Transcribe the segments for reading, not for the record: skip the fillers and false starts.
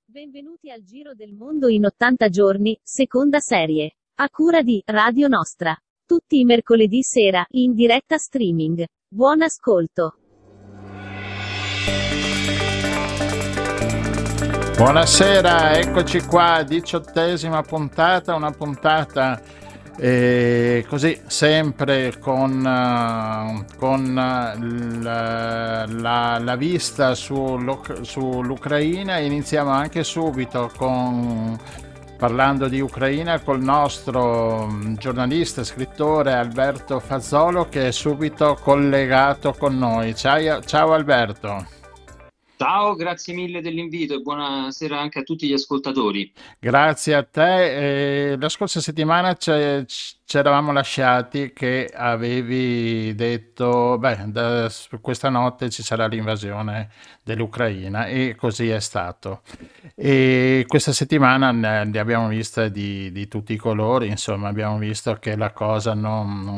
Benvenuti al Giro del Mondo in 80 giorni, seconda serie. A cura di Radio Nostra. Tutti i mercoledì sera, in diretta streaming. Buon ascolto. Buonasera, eccoci qua, 18ª puntata, una puntata così sempre con la vista sull'Ucraina. Iniziamo anche subito parlando di Ucraina col nostro giornalista e scrittore Alberto Fazzolo, che è subito collegato con noi. Ciao Alberto. Ciao, grazie mille dell'invito e buonasera anche a tutti gli ascoltatori. Grazie a te. La scorsa settimana ci eravamo lasciati che avevi detto, questa notte ci sarà l'invasione dell'Ucraina, e così è stato. E questa settimana ne abbiamo viste di tutti i colori, insomma abbiamo visto che la cosa non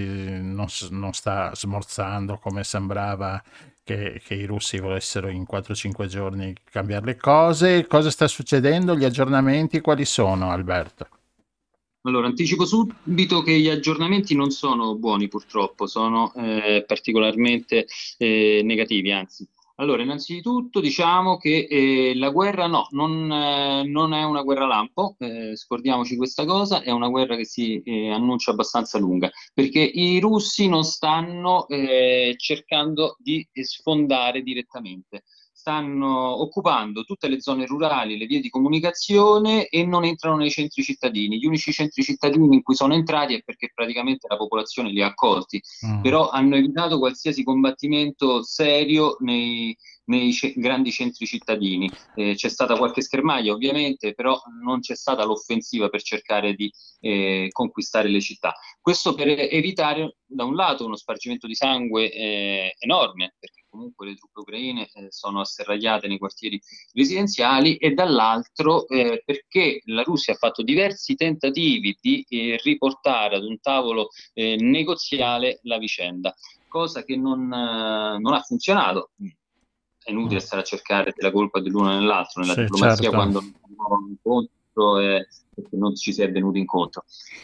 sta smorzando come sembrava, che i russi volessero in 4-5 giorni cambiare le cose. Cosa sta succedendo? Gli aggiornamenti quali sono, Alberto? Allora, anticipo subito che gli aggiornamenti non sono buoni, purtroppo, sono particolarmente negativi, anzi. Allora, innanzitutto diciamo che la guerra non è una guerra lampo, scordiamoci questa cosa, è una guerra che si annuncia abbastanza lunga, perché i russi non stanno cercando di sfondare direttamente. Stanno occupando tutte le zone rurali, le vie di comunicazione, e non entrano nei centri cittadini. Gli unici centri cittadini in cui sono entrati è perché praticamente la popolazione li ha accolti, però hanno evitato qualsiasi combattimento serio nei grandi centri cittadini. C'è stata qualche schermaglia ovviamente, però non c'è stata l'offensiva per cercare di conquistare le città. Questo per evitare, da un lato, uno spargimento di sangue enorme, perché comunque le truppe ucraine sono asserragliate nei quartieri residenziali, e dall'altro perché la Russia ha fatto diversi tentativi di riportare ad un tavolo negoziale la vicenda, cosa che non ha funzionato. È inutile stare a cercare la colpa dell'uno nell'altro nella diplomazia, certo, quando non si va incontro perché non ci si è venuti incontro.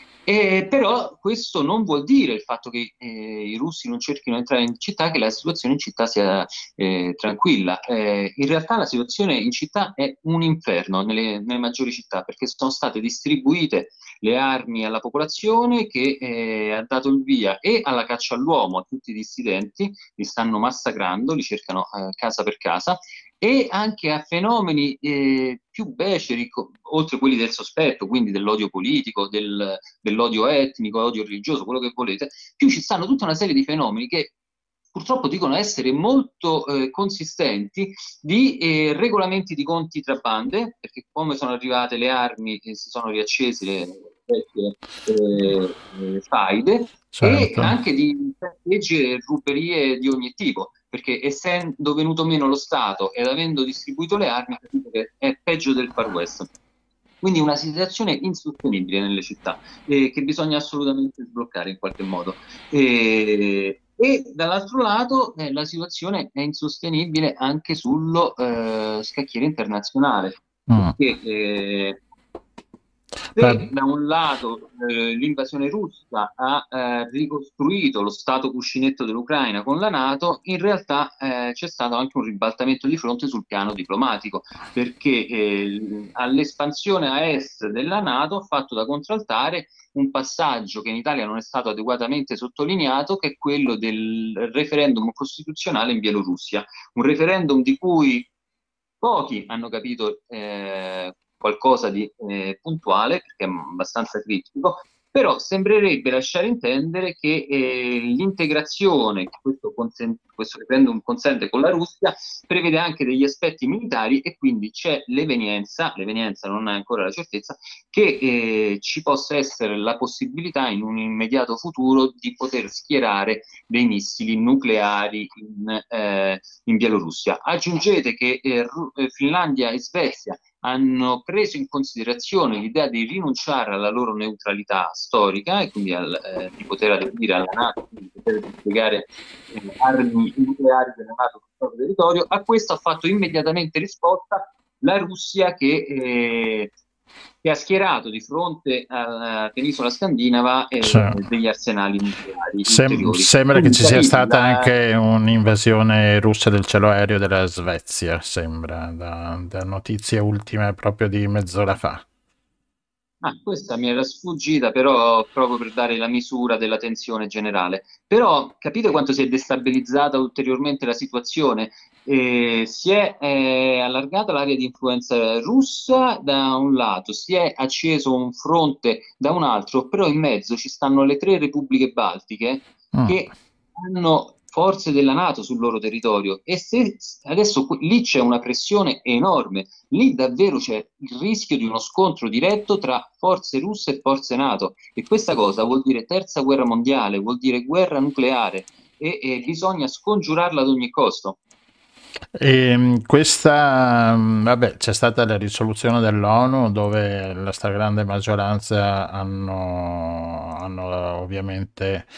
Però questo non vuol dire, il fatto che i russi non cerchino di entrare in città, che la situazione in città sia tranquilla. In realtà la situazione in città è un inferno nelle maggiori città, perché sono state distribuite le armi alla popolazione, che ha dato il via e alla caccia all'uomo, a tutti i dissidenti, li stanno massacrando, li cercano casa per casa, e anche a fenomeni più beceri, oltre quelli del sospetto, quindi dell'odio politico, dell'odio etnico, odio religioso, quello che volete, più ci stanno tutta una serie di fenomeni che purtroppo dicono essere molto consistenti, di regolamenti di conti tra bande, perché come sono arrivate le armi si sono riaccese le vecchie faide, certo, e anche di leggi e ruberie di ogni tipo, perché essendo venuto meno lo Stato ed avendo distribuito le armi, capite che è peggio del Far West. Quindi una situazione insostenibile nelle città, che bisogna assolutamente sbloccare in qualche modo. E dall'altro lato la situazione è insostenibile anche sullo scacchiere internazionale, perché se da un lato l'invasione russa ha ricostruito lo stato cuscinetto dell'Ucraina con la NATO, in realtà c'è stato anche un ribaltamento di fronte sul piano diplomatico, perché all'espansione a est della NATO ha fatto da contraltare un passaggio che in Italia non è stato adeguatamente sottolineato, che è quello del referendum costituzionale in Bielorussia, un referendum di cui pochi hanno capito qualcosa di puntuale, perché è abbastanza critico, però sembrerebbe lasciare intendere che l'integrazione che questo referendum consente con la Russia prevede anche degli aspetti militari, e quindi c'è l'evenienza non è ancora la certezza, che ci possa essere la possibilità in un immediato futuro di poter schierare dei missili nucleari in Bielorussia. Aggiungete che Finlandia e Svezia hanno preso in considerazione l'idea di rinunciare alla loro neutralità storica, e quindi di poter aderire alla NATO, di poter dispiegare armi nucleari della NATO sul proprio territorio. A questo ha fatto immediatamente risposta la Russia che ha schierato di fronte alla penisola scandinava Cioè, degli arsenali nucleari ulteriori. sembra che Quindi ci sia capisci, stata anche un'invasione russa del cielo aereo della Svezia, sembra, da notizie ultime proprio di mezz'ora fa. Questa mi era sfuggita, però proprio per dare la misura della tensione generale. Però capite quanto si è destabilizzata ulteriormente la situazione? Si è allargata l'area di influenza russa da un lato, si è acceso un fronte da un altro, però in mezzo ci stanno le tre repubbliche baltiche Mm. che hanno forze della NATO sul loro territorio e se adesso lì c'è una pressione enorme. Lì davvero c'è il rischio di uno scontro diretto tra forze russe e forze NATO e questa cosa vuol dire terza guerra mondiale, vuol dire guerra nucleare e bisogna scongiurarla ad ogni costo. Vabbè, c'è stata la risoluzione dell'ONU dove la stragrande maggioranza hanno ovviamente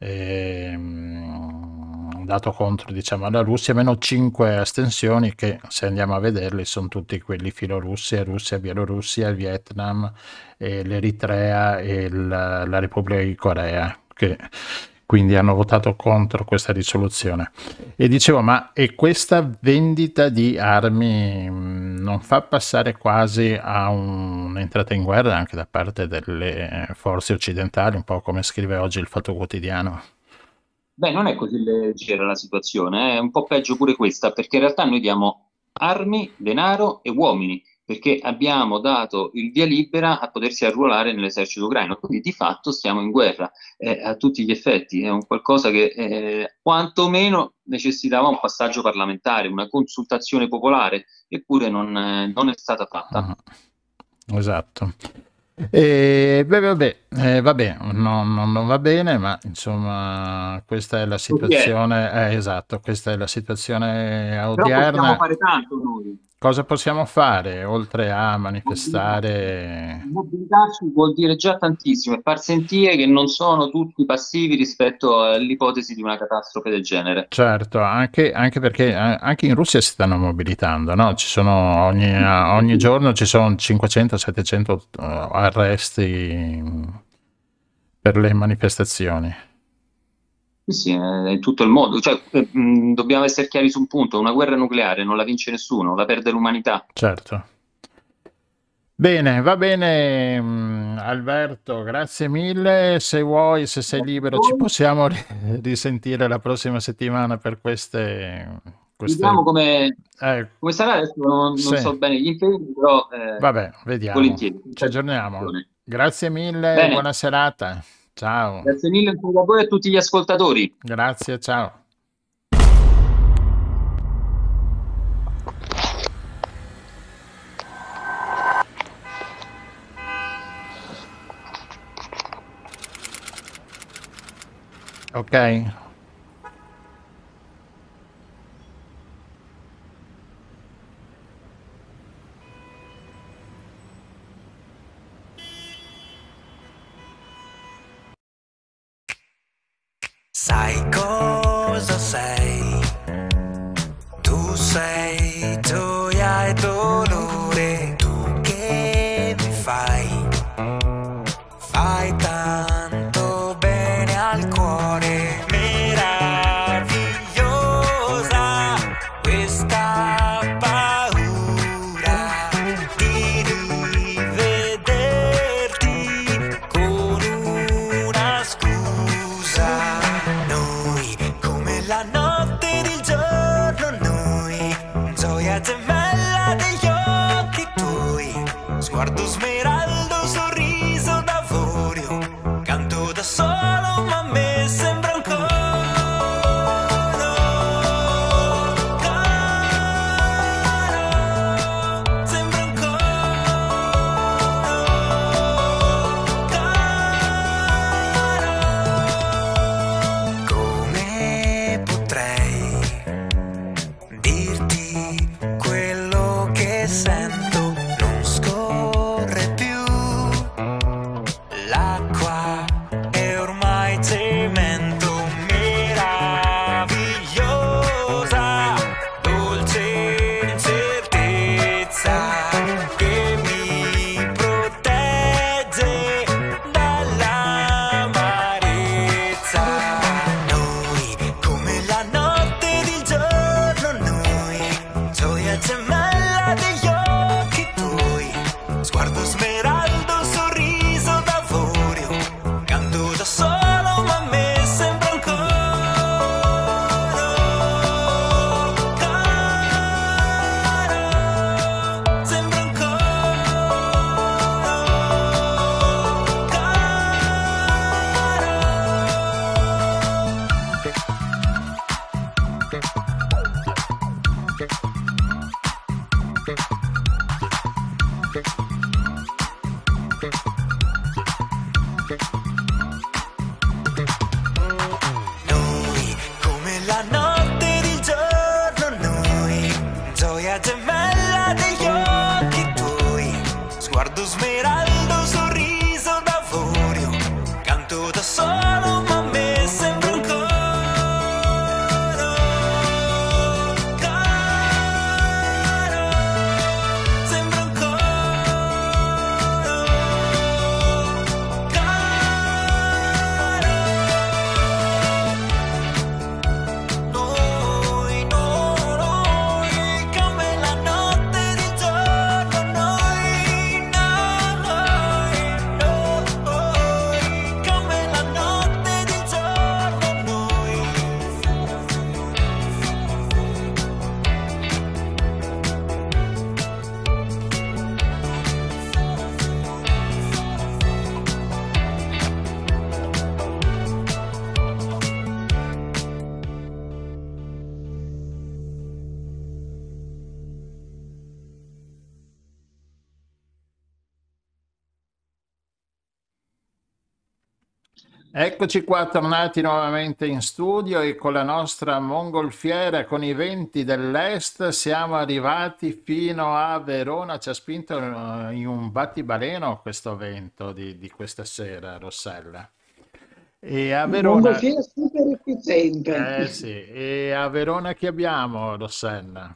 dato contro, diciamo, alla Russia, meno 5 astensioni che, se andiamo a vederli, sono tutti quelli filorussia, Russia, Bielorussia, Vietnam, l'Eritrea e la Repubblica di Corea, che quindi hanno votato contro questa risoluzione. E dicevo, ma e questa vendita di armi non fa passare quasi a un'entrata in guerra anche da parte delle forze occidentali, un po' come scrive oggi il Fatto Quotidiano? Beh, non è così leggera la situazione, è un po' peggio pure questa, perché in realtà noi diamo armi, denaro e uomini, perché abbiamo dato il via libera a potersi arruolare nell'esercito ucraino, quindi di fatto stiamo in guerra a tutti gli effetti, è un qualcosa che quantomeno necessitava un passaggio parlamentare, una consultazione popolare, eppure non è stata fatta. Esatto. Vabbè, non va bene, ma insomma, questa è la Così è. situazione, esatto, questa è la situazione Però possiamo odierna. fare tanto noi. Cosa possiamo fare oltre a Mobilitarci. manifestare? Mobilitarci vuol dire già tantissimo e far sentire che non sono tutti passivi rispetto all'ipotesi di una catastrofe del genere. Certo, anche perché anche in Russia si stanno mobilitando, no? Ci sono ogni giorno ci sono 500-700 arresti per le manifestazioni. Sì, sì, è tutto il mondo. Cioè, dobbiamo essere chiari su un punto: una guerra nucleare non la vince nessuno, la perde l'umanità. Certo. Bene, va bene, Alberto, grazie mille. Se vuoi, se sei Grazie a libero, ci voi. possiamo risentire la prossima settimana per Vediamo eh, come sarà. Adesso non sì, so bene gli impegni, però vabbè, vediamo. volentieri. Ci aggiorniamo. Grazie mille, Bene, buona serata. Ciao. grazie mille a voi e a tutti gli ascoltatori. Grazie, ciao. Ok. Sai cosa sei? Tu sei gioia e dolore, tu che mi fai tanto bene al cuore, meravigliosa questa paura di rivederti con una scusa, noi come la notte Noi, come la notte ed il giorno, noi, gioia gemella degli occhi tuoi, sguardo smeraldo, sorriso d'avorio, canto da solo ma a me sembra un coro, sembra un coro, noi, come la notte ed il giorno, noi, come la notte ed il giorno, noi. Eccoci qua, tornati nuovamente in studio e con la nostra mongolfiera con i venti dell'est siamo arrivati fino a Verona. Ci ha spinto in un battibaleno questo vento di questa sera, Rossella. E a Verona, Mongolfiera super efficiente. sì, e a Verona chi abbiamo, Rossella?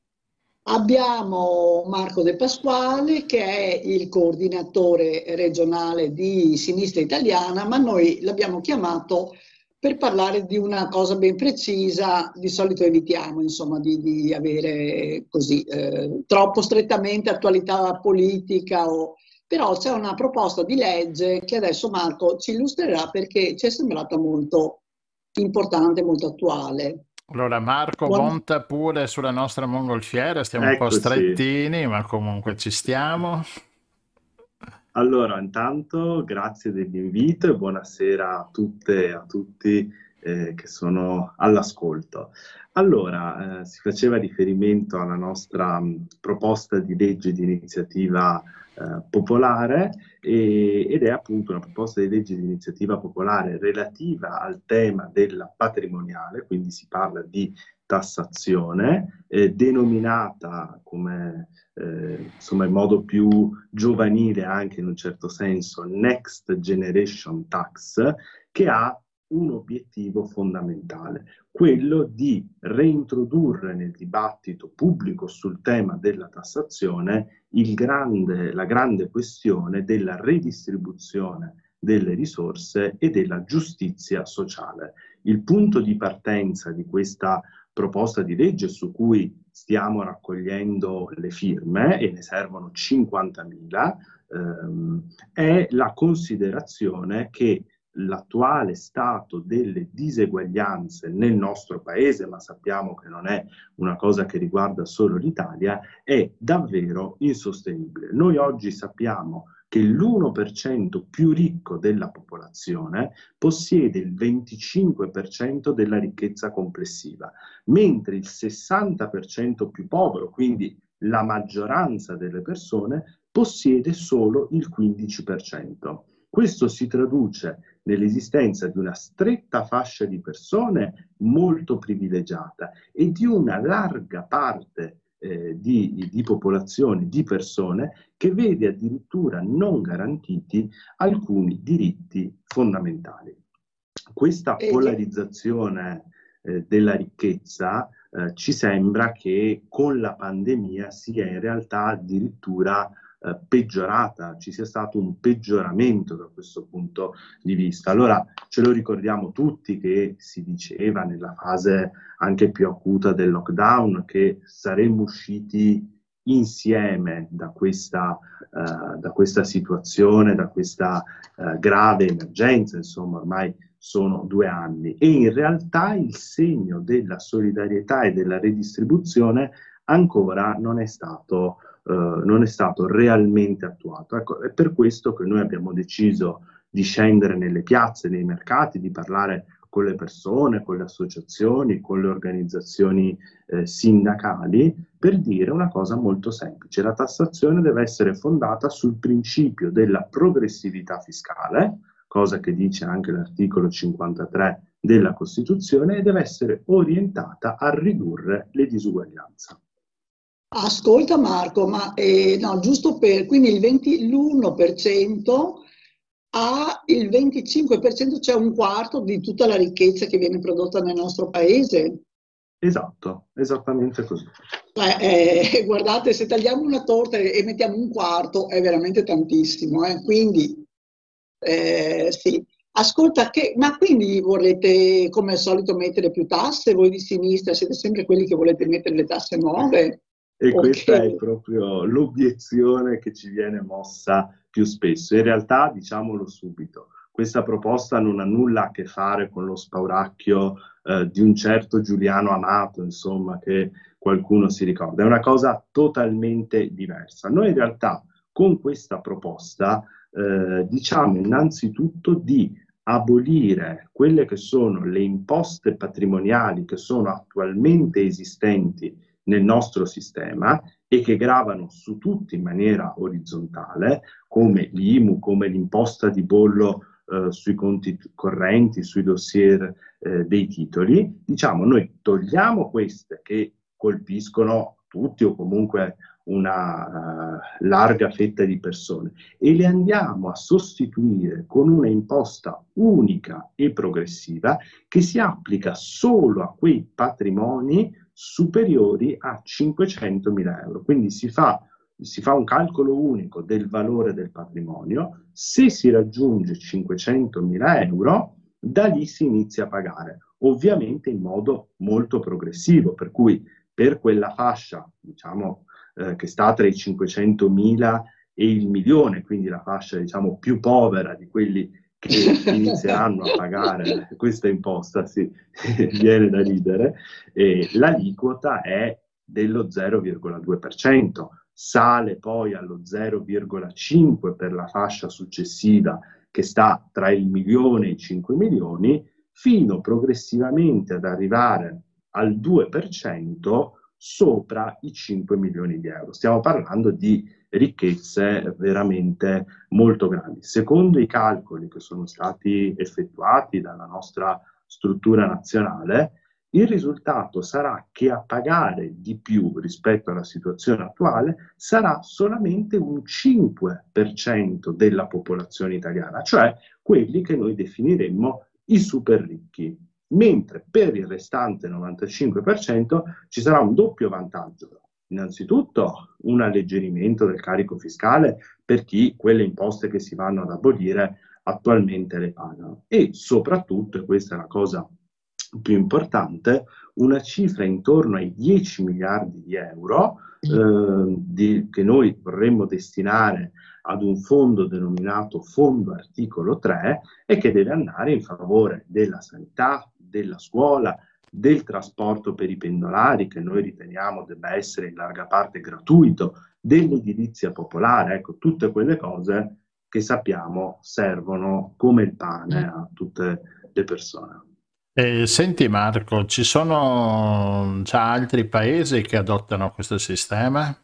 Abbiamo Marco De Pasquale che è il coordinatore regionale di Sinistra Italiana, ma noi l'abbiamo chiamato per parlare di una cosa ben precisa. Di solito evitiamo, insomma, di avere così troppo strettamente attualità politica, però c'è una proposta di legge che adesso Marco ci illustrerà perché ci è sembrata molto importante, molto attuale. Allora, Marco, Buon- monta pure sulla nostra mongolfiera, stiamo un po' Eccoci. strettini, ma comunque ci stiamo. Allora, intanto grazie dell'invito e buonasera a tutte e a tutti che sono all'ascolto. Allora, si faceva riferimento alla nostra proposta di legge di iniziativa popolare ed è appunto una proposta di legge di iniziativa popolare relativa al tema della patrimoniale, quindi si parla di tassazione, denominata come insomma in modo più giovanile anche in un certo senso Next Generation Tax, che ha un obiettivo fondamentale, quello di reintrodurre nel dibattito pubblico sul tema della tassazione la grande questione della redistribuzione delle risorse e della giustizia sociale. Il punto di partenza di questa proposta di legge su cui stiamo raccogliendo le firme, e ne servono 50.000, è la considerazione che l'attuale stato delle diseguaglianze nel nostro paese, ma sappiamo che non è una cosa che riguarda solo l'Italia, è davvero insostenibile. Noi oggi sappiamo che l'1% più ricco della popolazione possiede il 25% della ricchezza complessiva, mentre il 60% più povero, quindi la maggioranza delle persone, possiede solo il 15%. Questo si traduce nell'esistenza di una stretta fascia di persone molto privilegiata e di una larga parte di popolazione, di persone, che vede addirittura non garantiti alcuni diritti fondamentali. Questa polarizzazione della ricchezza ci sembra che con la pandemia sia in realtà addirittura peggiorata, ci sia stato un peggioramento da questo punto di vista. Allora ce lo ricordiamo tutti che si diceva nella fase anche più acuta del lockdown che saremmo usciti insieme da questa situazione, da questa grave emergenza, insomma ormai sono 2 anni, e in realtà il segno della solidarietà e della redistribuzione ancora non è stato realmente attuato. Ecco, è per questo che noi abbiamo deciso di scendere nelle piazze, nei mercati, di parlare con le persone, con le associazioni, con le organizzazioni sindacali, per dire una cosa molto semplice: la tassazione deve essere fondata sul principio della progressività fiscale, cosa che dice anche l'articolo 53 della Costituzione, e deve essere orientata a ridurre le disuguaglianze. Ascolta Marco, ma no, giusto quindi l'1% ha il 25%, cioè un quarto di tutta la ricchezza che viene prodotta nel nostro paese. Esatto, esattamente così. Guardate, se tagliamo una torta e mettiamo un quarto è veramente tantissimo, quindi sì. Ascolta, ma quindi vorrete come al solito mettere più tasse? Voi di sinistra siete sempre quelli che volete mettere le tasse nuove? E questa Ok. è proprio l'obiezione che ci viene mossa più spesso. In realtà, diciamolo subito, questa proposta non ha nulla a che fare con lo spauracchio di un certo Giuliano Amato, insomma, che qualcuno si ricorda. È una cosa totalmente diversa. Noi in realtà con questa proposta diciamo innanzitutto di abolire quelle che sono le imposte patrimoniali che sono attualmente esistenti nel nostro sistema e che gravano su tutti in maniera orizzontale, come l'IMU, come l'imposta di bollo sui conti correnti, sui dossier dei titoli. Diciamo, noi togliamo queste che colpiscono tutti o comunque una larga fetta di persone e le andiamo a sostituire con una imposta unica e progressiva che si applica solo a quei patrimoni superiori a 500.000 euro. Quindi si fa un calcolo unico del valore del patrimonio. Se si raggiunge 500.000 euro, da lì si inizia a pagare, ovviamente in modo molto progressivo, per cui per quella fascia, diciamo, che sta tra i 500.000 e il milione, quindi la fascia, diciamo, più povera di quelli che inizieranno a pagare questa imposta, sì, viene da ridere, l'aliquota è dello 0,2%, sale poi allo 0,5% per la fascia successiva che sta tra il milione e i 5 milioni, fino progressivamente ad arrivare al 2% sopra i 5 milioni di euro. Stiamo parlando di ricchezze veramente molto grandi. Secondo i calcoli che sono stati effettuati dalla nostra struttura nazionale, il risultato sarà che a pagare di più rispetto alla situazione attuale sarà solamente un 5% della popolazione italiana, cioè quelli che noi definiremmo i super ricchi, mentre per il restante 95% ci sarà un doppio vantaggio. Innanzitutto un alleggerimento del carico fiscale per chi quelle imposte che si vanno ad abolire attualmente le pagano, e soprattutto, e questa è la cosa più importante, una cifra intorno ai 10 miliardi di euro che noi vorremmo destinare ad un fondo denominato Fondo Articolo 3 e che deve andare in favore della sanità, della scuola, del trasporto per i pendolari, che noi riteniamo debba essere in larga parte gratuito, dell'edilizia popolare, ecco, tutte quelle cose che sappiamo servono come il pane a tutte le persone. Senti Marco, ci sono già altri paesi che adottano questo sistema?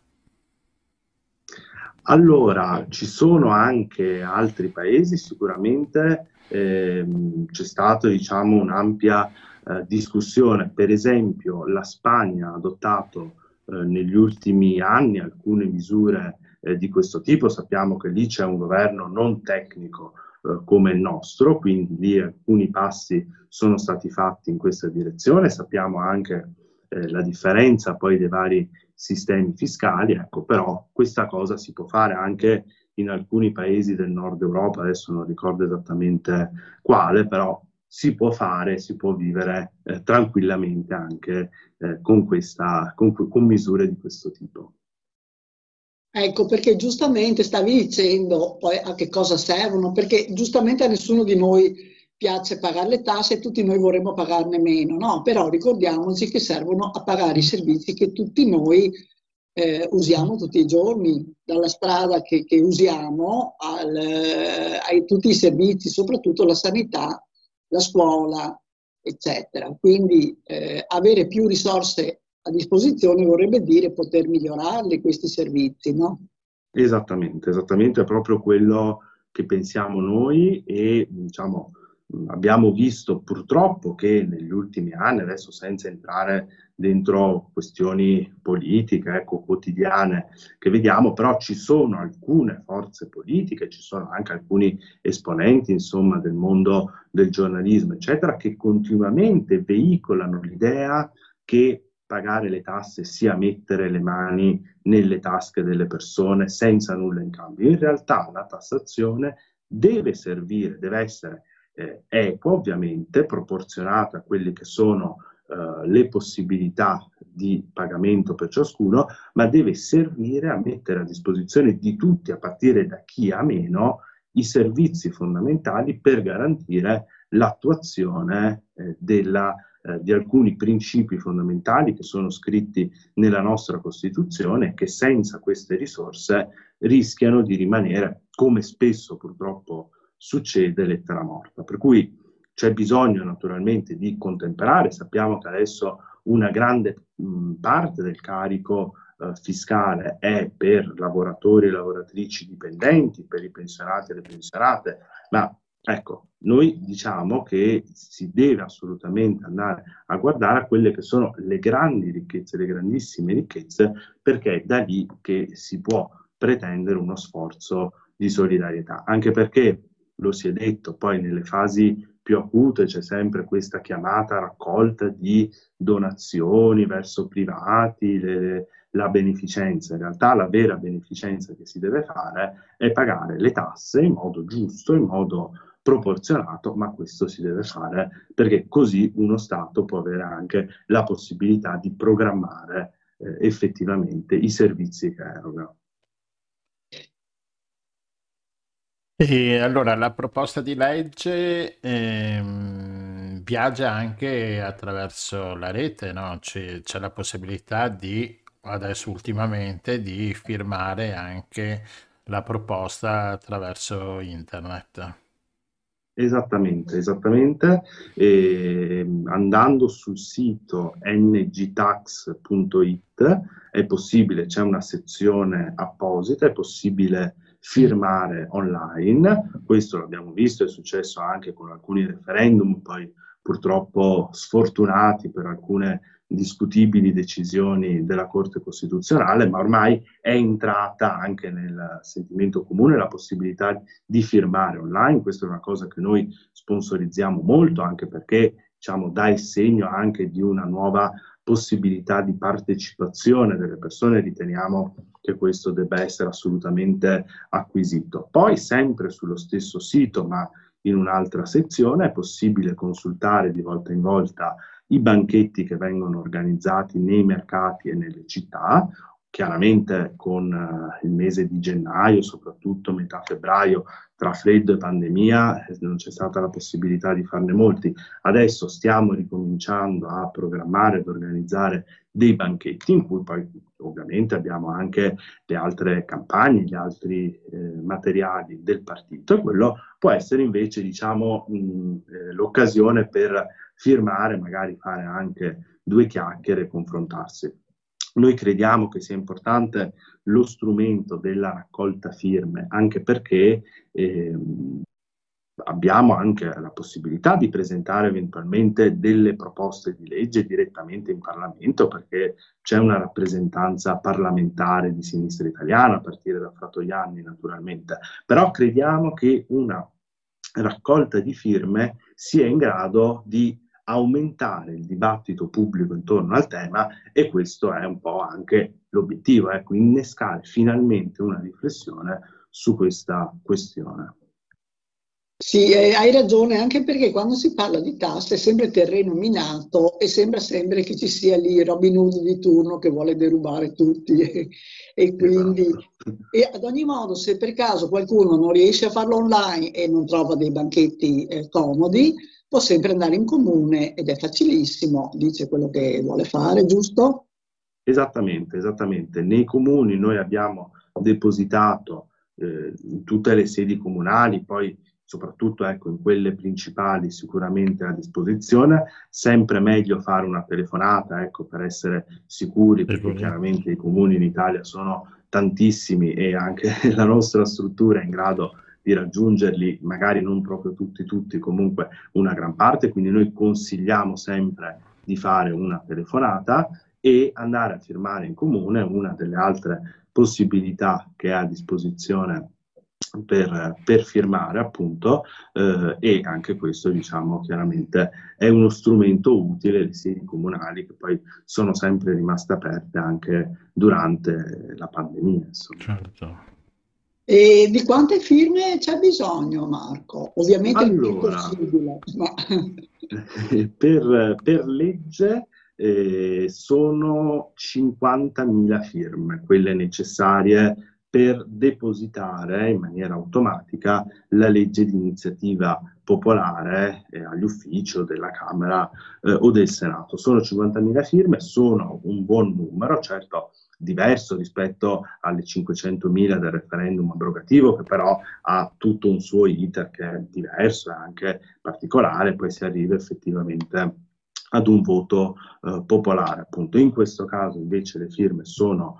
Allora, ci sono anche altri paesi, sicuramente c'è stata, diciamo, un'ampia discussione. Per esempio, la Spagna ha adottato negli ultimi anni alcune misure di questo tipo. Sappiamo che lì c'è un governo non tecnico come il nostro, quindi lì alcuni passi sono stati fatti in questa direzione. Sappiamo anche la differenza poi dei vari sistemi fiscali, ecco, però questa cosa si può fare anche in alcuni paesi del nord Europa, adesso non ricordo esattamente quale, però si può fare, si può vivere tranquillamente anche con misure di questo tipo. Ecco, perché giustamente stavi dicendo poi a che cosa servono, perché giustamente a nessuno di noi piace pagare le tasse e tutti noi vorremmo pagarne meno, no? Però ricordiamoci che servono a pagare i servizi che tutti noi usiamo tutti i giorni, dalla strada che usiamo a tutti i servizi, soprattutto la sanità, la scuola, eccetera. Quindi avere più risorse a disposizione vorrebbe dire poter migliorarli questi servizi, no? Esattamente, è proprio quello che pensiamo noi e diciamo abbiamo visto purtroppo che negli ultimi anni, adesso senza entrare dentro questioni politiche, ecco, quotidiane che vediamo, però ci sono alcune forze politiche, ci sono anche alcuni esponenti, insomma, del mondo del giornalismo, eccetera, che continuamente veicolano l'idea che pagare le tasse sia mettere le mani nelle tasche delle persone senza nulla in cambio. In realtà la tassazione deve servire, deve essere equa, ovviamente, proporzionata a quelle che sono le possibilità di pagamento per ciascuno, ma deve servire a mettere a disposizione di tutti, a partire da chi ha meno, i servizi fondamentali per garantire l'attuazione di alcuni principi fondamentali che sono scritti nella nostra Costituzione e che senza queste risorse rischiano di rimanere, come spesso purtroppo succede, lettera morta. Per cui c'è bisogno naturalmente di contemperare. Sappiamo che adesso una grande parte del carico fiscale è per lavoratori e lavoratrici dipendenti, per i pensionati e le pensionate, ma ecco, noi diciamo che si deve assolutamente andare a guardare a quelle che sono le grandi ricchezze, le grandissime ricchezze, perché è da lì che si può pretendere uno sforzo di solidarietà, anche perché, lo si è detto, poi nelle fasi più acute c'è sempre questa chiamata raccolta di donazioni verso privati, la beneficenza. In realtà la vera beneficenza che si deve fare è pagare le tasse in modo giusto, in modo proporzionato, ma questo si deve fare perché così uno Stato può avere anche la possibilità di programmare effettivamente i servizi che eroga. E allora la proposta di legge viaggia anche attraverso la rete, no? C'è la possibilità adesso ultimamente, di firmare anche la proposta attraverso internet. Esattamente. Andando sul sito ngtax.it è possibile, c'è una sezione apposita, è possibile firmare online. Questo l'abbiamo visto, è successo anche con alcuni referendum, poi purtroppo sfortunati per alcune discutibili decisioni della Corte Costituzionale, ma ormai è entrata anche nel sentimento comune la possibilità di firmare online. Questa è una cosa che noi sponsorizziamo molto, anche perché diciamo, dà il segno anche di una nuova possibilità di partecipazione delle persone. Riteniamo che questo debba essere assolutamente acquisito. Poi sempre sullo stesso sito, ma in un'altra sezione, è possibile consultare di volta in volta i banchetti che vengono organizzati nei mercati e nelle città. Chiaramente con il mese di gennaio, soprattutto metà febbraio, tra freddo e pandemia, non c'è stata la possibilità di farne molti. Adesso stiamo ricominciando a programmare ed organizzare dei banchetti in cui poi ovviamente abbiamo anche le altre campagne, gli altri materiali del partito, e quello può essere invece, diciamo, l'occasione per firmare, magari fare anche due chiacchiere e confrontarsi. Noi crediamo che sia importante lo strumento della raccolta firme, anche perché abbiamo anche la possibilità di presentare eventualmente delle proposte di legge direttamente in Parlamento, perché c'è una rappresentanza parlamentare di Sinistra Italiana, a partire da Fratoianni naturalmente, però crediamo che una raccolta di firme sia in grado di aumentare il dibattito pubblico intorno al tema, e questo è un po' anche l'obiettivo, ecco, innescare finalmente una riflessione su questa questione. Sì, hai ragione, anche perché quando si parla di tasse è sempre terreno minato e sembra sempre che ci sia lì Robin Hood di turno che vuole derubare tutti e quindi e ad ogni modo, se per caso qualcuno non riesce a farlo online e non trova dei banchetti comodi, può sempre andare in comune ed è facilissimo, dice quello che vuole fare, giusto? Esattamente. Nei comuni noi abbiamo depositato in tutte le sedi comunali, poi soprattutto ecco, in quelle principali sicuramente a disposizione. Sempre meglio fare una telefonata, ecco, per essere sicuri, perché chiaramente i comuni in Italia sono tantissimi e anche la nostra struttura è in grado di raggiungerli, magari non proprio tutti, comunque una gran parte, quindi noi consigliamo sempre di fare una telefonata e andare a firmare in comune. Una delle altre possibilità che ha a disposizione per firmare, appunto, e anche questo, diciamo, chiaramente è uno strumento utile. Le sedi comunali che poi sono sempre rimaste aperte anche durante la pandemia, insomma. Certo. E di quante firme c'è bisogno, Marco? Ovviamente il più Allora, possibile, ma... per legge sono 50.000 firme, quelle necessarie per depositare in maniera automatica la legge di iniziativa popolare agli uffici della Camera o del Senato. Sono 50.000 firme, sono un buon numero, certo diverso rispetto alle 500.000 del referendum abrogativo, che però ha tutto un suo iter che è diverso e anche particolare, poi si arriva effettivamente ad un voto popolare, appunto. In questo caso invece le firme sono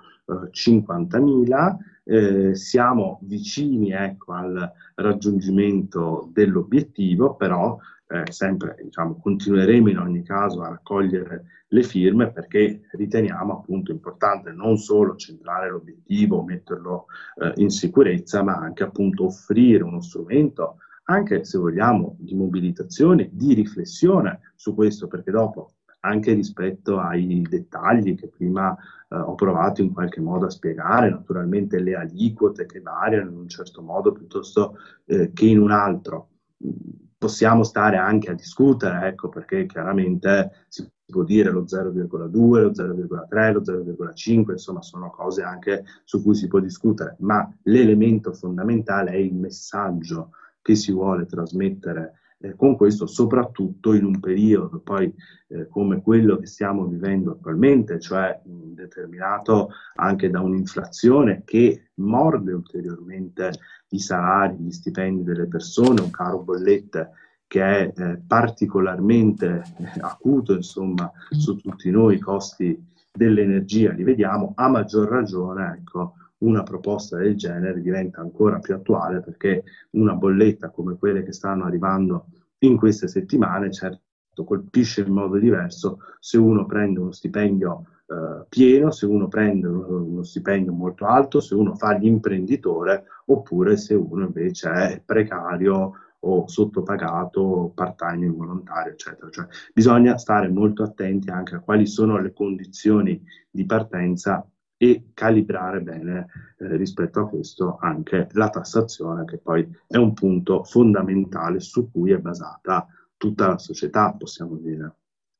50.000, siamo vicini, ecco, al raggiungimento dell'obiettivo, però sempre, diciamo, continueremo in ogni caso a raccogliere le firme, perché riteniamo appunto importante non solo centrare l'obiettivo, metterlo in sicurezza, ma anche appunto offrire uno strumento, anche se vogliamo, di mobilitazione, di riflessione su questo, perché dopo, anche rispetto ai dettagli che prima ho provato in qualche modo a spiegare, naturalmente le aliquote che variano in un certo modo piuttosto che in un altro, possiamo stare anche a discutere, ecco, perché chiaramente si può dire lo 0,2, lo 0,3, lo 0,5, insomma sono cose anche su cui si può discutere, ma l'elemento fondamentale è il messaggio che si vuole trasmettere con questo, soprattutto in un periodo poi come quello che stiamo vivendo attualmente, cioè determinato anche da un'inflazione che morde ulteriormente i salari, gli stipendi delle persone, un caro bollette che è particolarmente acuto, insomma, su tutti noi. I costi dell'energia li vediamo, a maggior ragione, ecco, una proposta del genere diventa ancora più attuale, perché una bolletta come quelle che stanno arrivando in queste settimane, certo, colpisce in modo diverso se uno prende uno stipendio pieno, se uno prende uno stipendio molto alto, se uno fa l'imprenditore, oppure se uno invece è precario o sottopagato, part-time, involontario, eccetera. Cioè, bisogna stare molto attenti anche a quali sono le condizioni di partenza e calibrare bene rispetto a questo anche la tassazione, che poi è un punto fondamentale su cui è basata tutta la società, possiamo dire.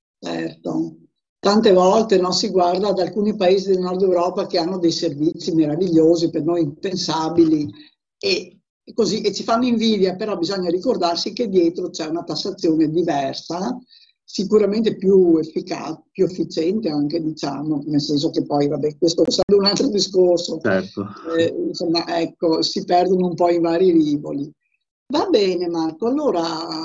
Certo. Tante volte si guarda ad alcuni paesi del nord Europa che hanno dei servizi meravigliosi, per noi impensabili, e così, e ci fanno invidia, però bisogna ricordarsi che dietro c'è una tassazione diversa, sicuramente più efficace, più efficiente anche, diciamo, nel senso che poi, vabbè, questo è un altro discorso. Certo. Insomma, ecco, si perdono un po' i vari rivoli. Va bene, Marco, allora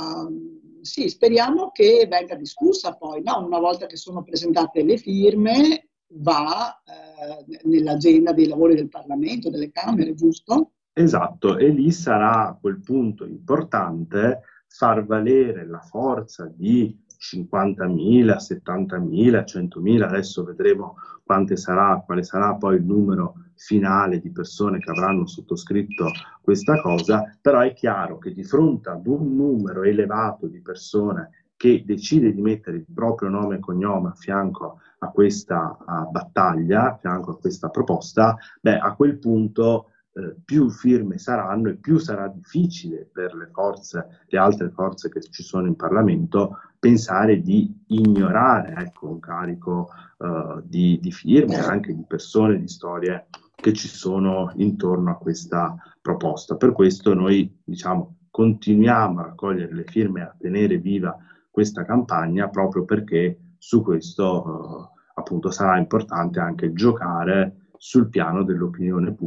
sì, speriamo che venga discussa poi, no? Una volta che sono presentate le firme, va nell'agenda dei lavori del Parlamento, delle Camere, giusto? Esatto, e lì sarà a quel punto importante far valere la forza di 50.000, 70.000, 100.000, adesso vedremo quale sarà poi il numero finale di persone che avranno sottoscritto questa cosa, però è chiaro che di fronte ad un numero elevato di persone che decide di mettere il proprio nome e cognome a fianco a questa battaglia, a fianco a questa proposta, beh, a quel punto più firme saranno e più sarà difficile per le altre forze che ci sono in Parlamento pensare di ignorare, ecco, un carico di firme, anche di persone, di storie che ci sono intorno a questa proposta. Per questo noi, diciamo, continuiamo a raccogliere le firme e a tenere viva questa campagna, proprio perché su questo appunto sarà importante anche giocare sul piano dell'opinione pubblica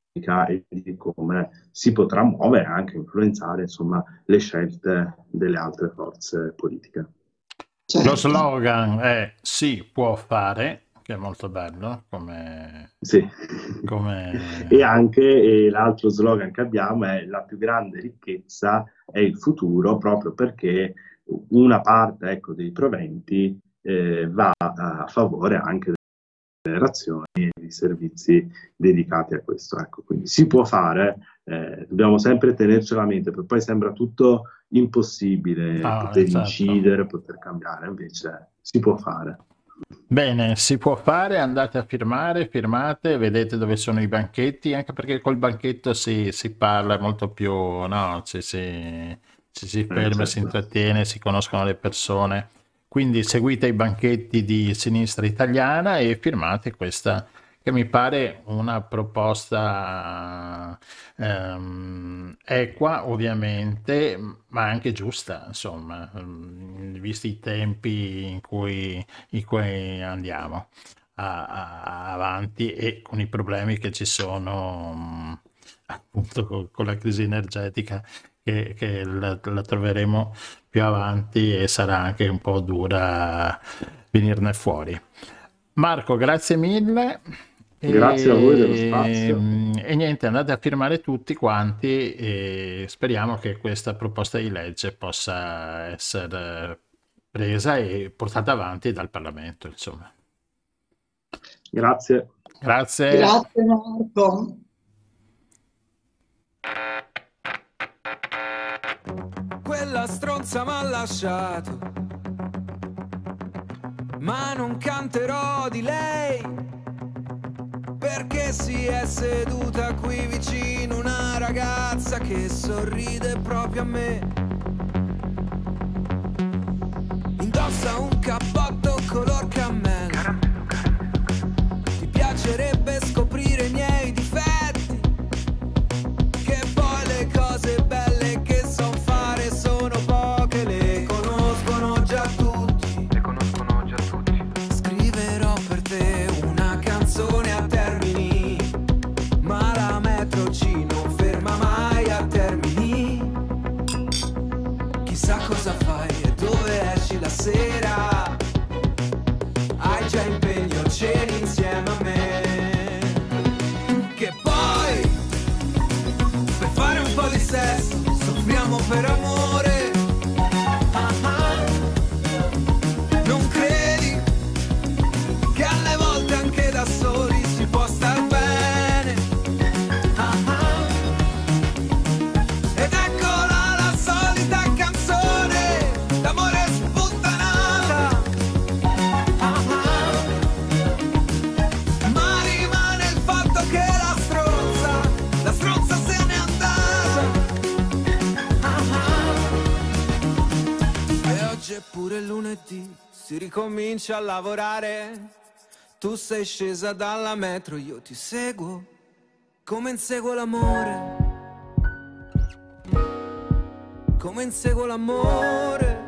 e di come si potrà muovere e anche influenzare, insomma, le scelte delle altre forze politiche. Lo Certo. slogan è si può fare, che è molto bello come... Sì. come... E anche l'altro slogan che abbiamo è la più grande ricchezza è il futuro, proprio perché una parte, ecco, dei proventi va a favore anche delle generazioni e di servizi dedicati a questo. Ecco, quindi si può fare, dobbiamo sempre tenercelo a mente, perché poi sembra tutto impossibile poter esatto. incidere, poter cambiare, invece si può fare. Bene, si può fare, andate a firmare, firmate, vedete dove sono i banchetti, anche perché col banchetto si parla molto più, no? Ci si ferma, si Certo. intrattiene, si conoscono le persone. Quindi seguite i banchetti di Sinistra Italiana e firmate questa, che mi pare una proposta equa, ovviamente, ma anche giusta, insomma, visti i tempi in cui andiamo avanti e con i problemi che ci sono appunto con la crisi energetica che la troveremo più avanti e sarà anche un po' dura venirne fuori. Marco, grazie mille. Grazie a voi dello spazio. E niente, andate a firmare tutti quanti e speriamo che questa proposta di legge possa essere presa e portata avanti dal Parlamento, insomma. Grazie. Grazie. Grazie Marco. Quella stronza m'ha lasciato, ma non canterò di lei, perché si è seduta qui vicino una ragazza che sorride proprio a me. Indossa un cappotto color cammello, ti piacerebbe scoprire i miei difetti, che poi le cose belle che so fare sono poche, le conoscono già tutti. Scriverò per te una canzone a termini, ma la metro C non ferma mai a termini. Chissà cosa fai e dove esci la sera, hai già impegno, ceni insieme a me. Che poi per fare un po' di sesso soffriamo per amore. Non credi che alle volte anche da soli si può star bene? Ed eccola la solita canzone d'amore sputtanata. Ma rimane il fatto che la stronza se n'è andata. E oggi è pure lunedì, si ricomincia a lavorare. Tu sei scesa dalla metro, io ti seguo come inseguo l'amore, come inseguo l'amore.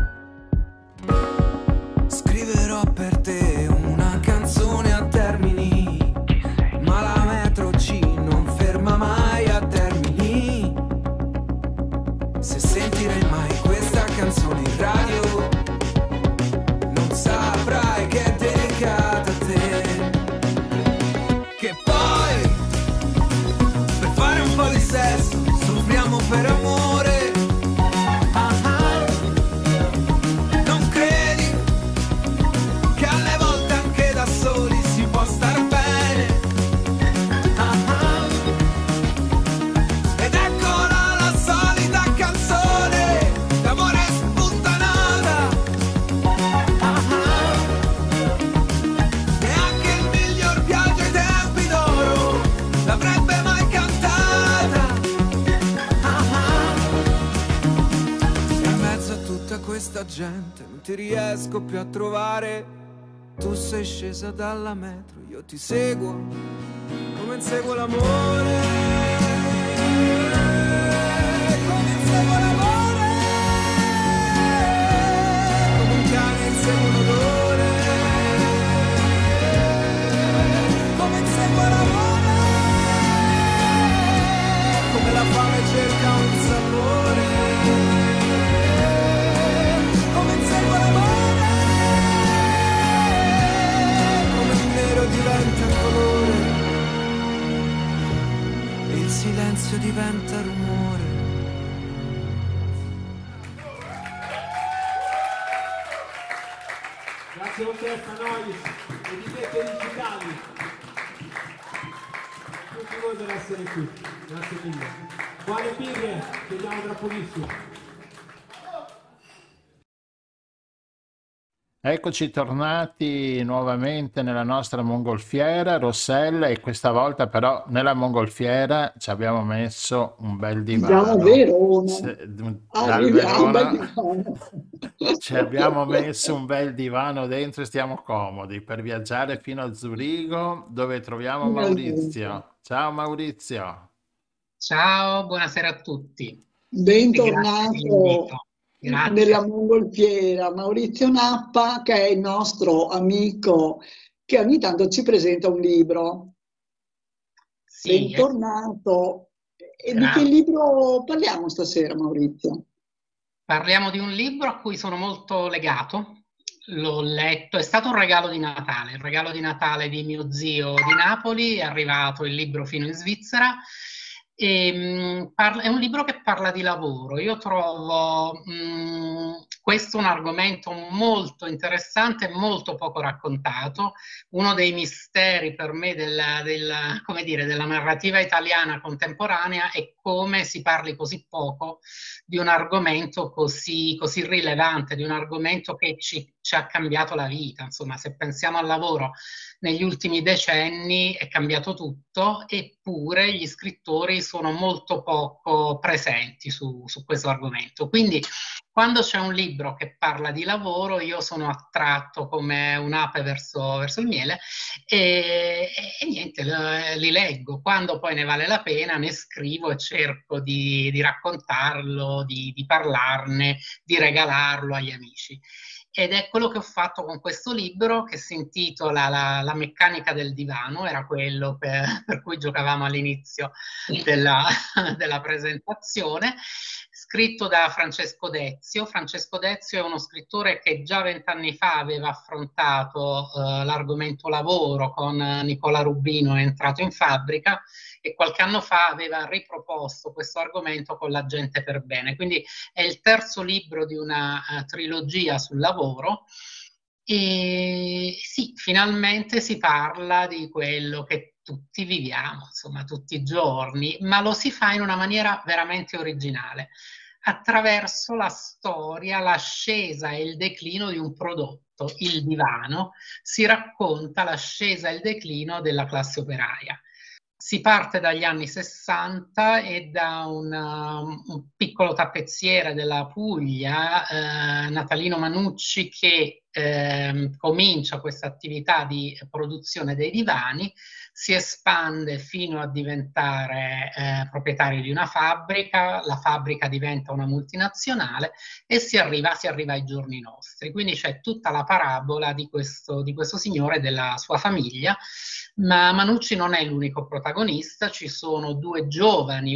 Scriverò per te una canzone a termini, ma la metro C non ferma mai a termini. Se sentirai mai questa canzone in radio, non saprai che è dedicata a te. Che poi per fare un po' di sesso soffriamo per amore. Non credi che alle volte anche da soli si può star bene? Ed eccola la solita canzone d'amore sputtanata. Neanche il miglior viaggio ai tempi d'oro l'avrebbe mai cantata. E in mezzo a tutta questa gente non ti riesco più a trovare. Tu sei scesa dalla metro, io ti seguo come inseguo l'amore. Come inseguo l'amore, come un cane insegue un odore. Come inseguo l'amore, silenzio diventa rumore. Grazie Orchestra Nois, etichette digitali, tutti voi per essere qui, grazie mille. Buone birre, vediamo tra pochissimo. Eccoci tornati nuovamente nella nostra mongolfiera, Rossella, e questa volta però nella mongolfiera ci abbiamo messo un bel Andiamo a divano. Verona, Dal arriviamo a Verona divano. ci abbiamo messo un bel divano dentro e stiamo comodi per viaggiare fino a Zurigo, dove troviamo Finalmente. Maurizio. Ciao Maurizio. Ciao, buonasera a tutti. E grazie per Bentornato l'invito. Grazie. nella mongolfiera Maurizio Nappa, che è il nostro amico che ogni tanto ci presenta un libro. Sì, Bentornato. E di che grazie. libro parliamo stasera, Maurizio? Parliamo di un libro a cui sono molto legato. L'ho letto, è stato un regalo di Natale, il regalo di Natale di mio zio di Napoli, è arrivato il libro fino in Svizzera. È un libro che parla di lavoro. Io trovo questo un argomento molto interessante e molto poco raccontato. Uno dei misteri per me come dire, della narrativa italiana contemporanea è come si parli così poco di un argomento così rilevante, di un argomento che ci ha cambiato la vita. Insomma, se pensiamo al lavoro negli ultimi decenni è cambiato tutto, eppure gli scrittori sono molto poco presenti su questo argomento. Quindi quando c'è un libro che parla di lavoro io sono attratto come un'ape verso il miele e niente, li leggo. Quando poi ne vale la pena ne scrivo e cerco di raccontarlo, di parlarne, di regalarlo agli amici. Ed è quello che ho fatto con questo libro, che si intitola La meccanica del divano, era quello per cui giocavamo all'inizio della presentazione, scritto da Francesco Dezio. Francesco Dezio è uno scrittore che già 20 anni fa aveva affrontato l'argomento lavoro con Nicola Rubino, È entrato in fabbrica, e qualche anno fa aveva riproposto questo argomento con La gente per bene. Quindi è il terzo libro di una trilogia sul lavoro. E sì, finalmente si parla di quello che tutti viviamo, insomma, tutti i giorni, ma lo si fa in una maniera veramente originale, attraverso la storia, l'ascesa e il declino di un prodotto, il divano. Si racconta l'ascesa e il declino della classe operaia. Si parte dagli anni 60 e da un piccolo tappezziere della Puglia, Natalino Manucci, che comincia questa attività di produzione dei divani, si espande fino a diventare proprietario di una fabbrica, la fabbrica diventa una multinazionale e si arriva ai giorni nostri. Quindi c'è tutta la parabola di questo signore e della sua famiglia. Ma Manucci non è l'unico protagonista, ci sono due giovani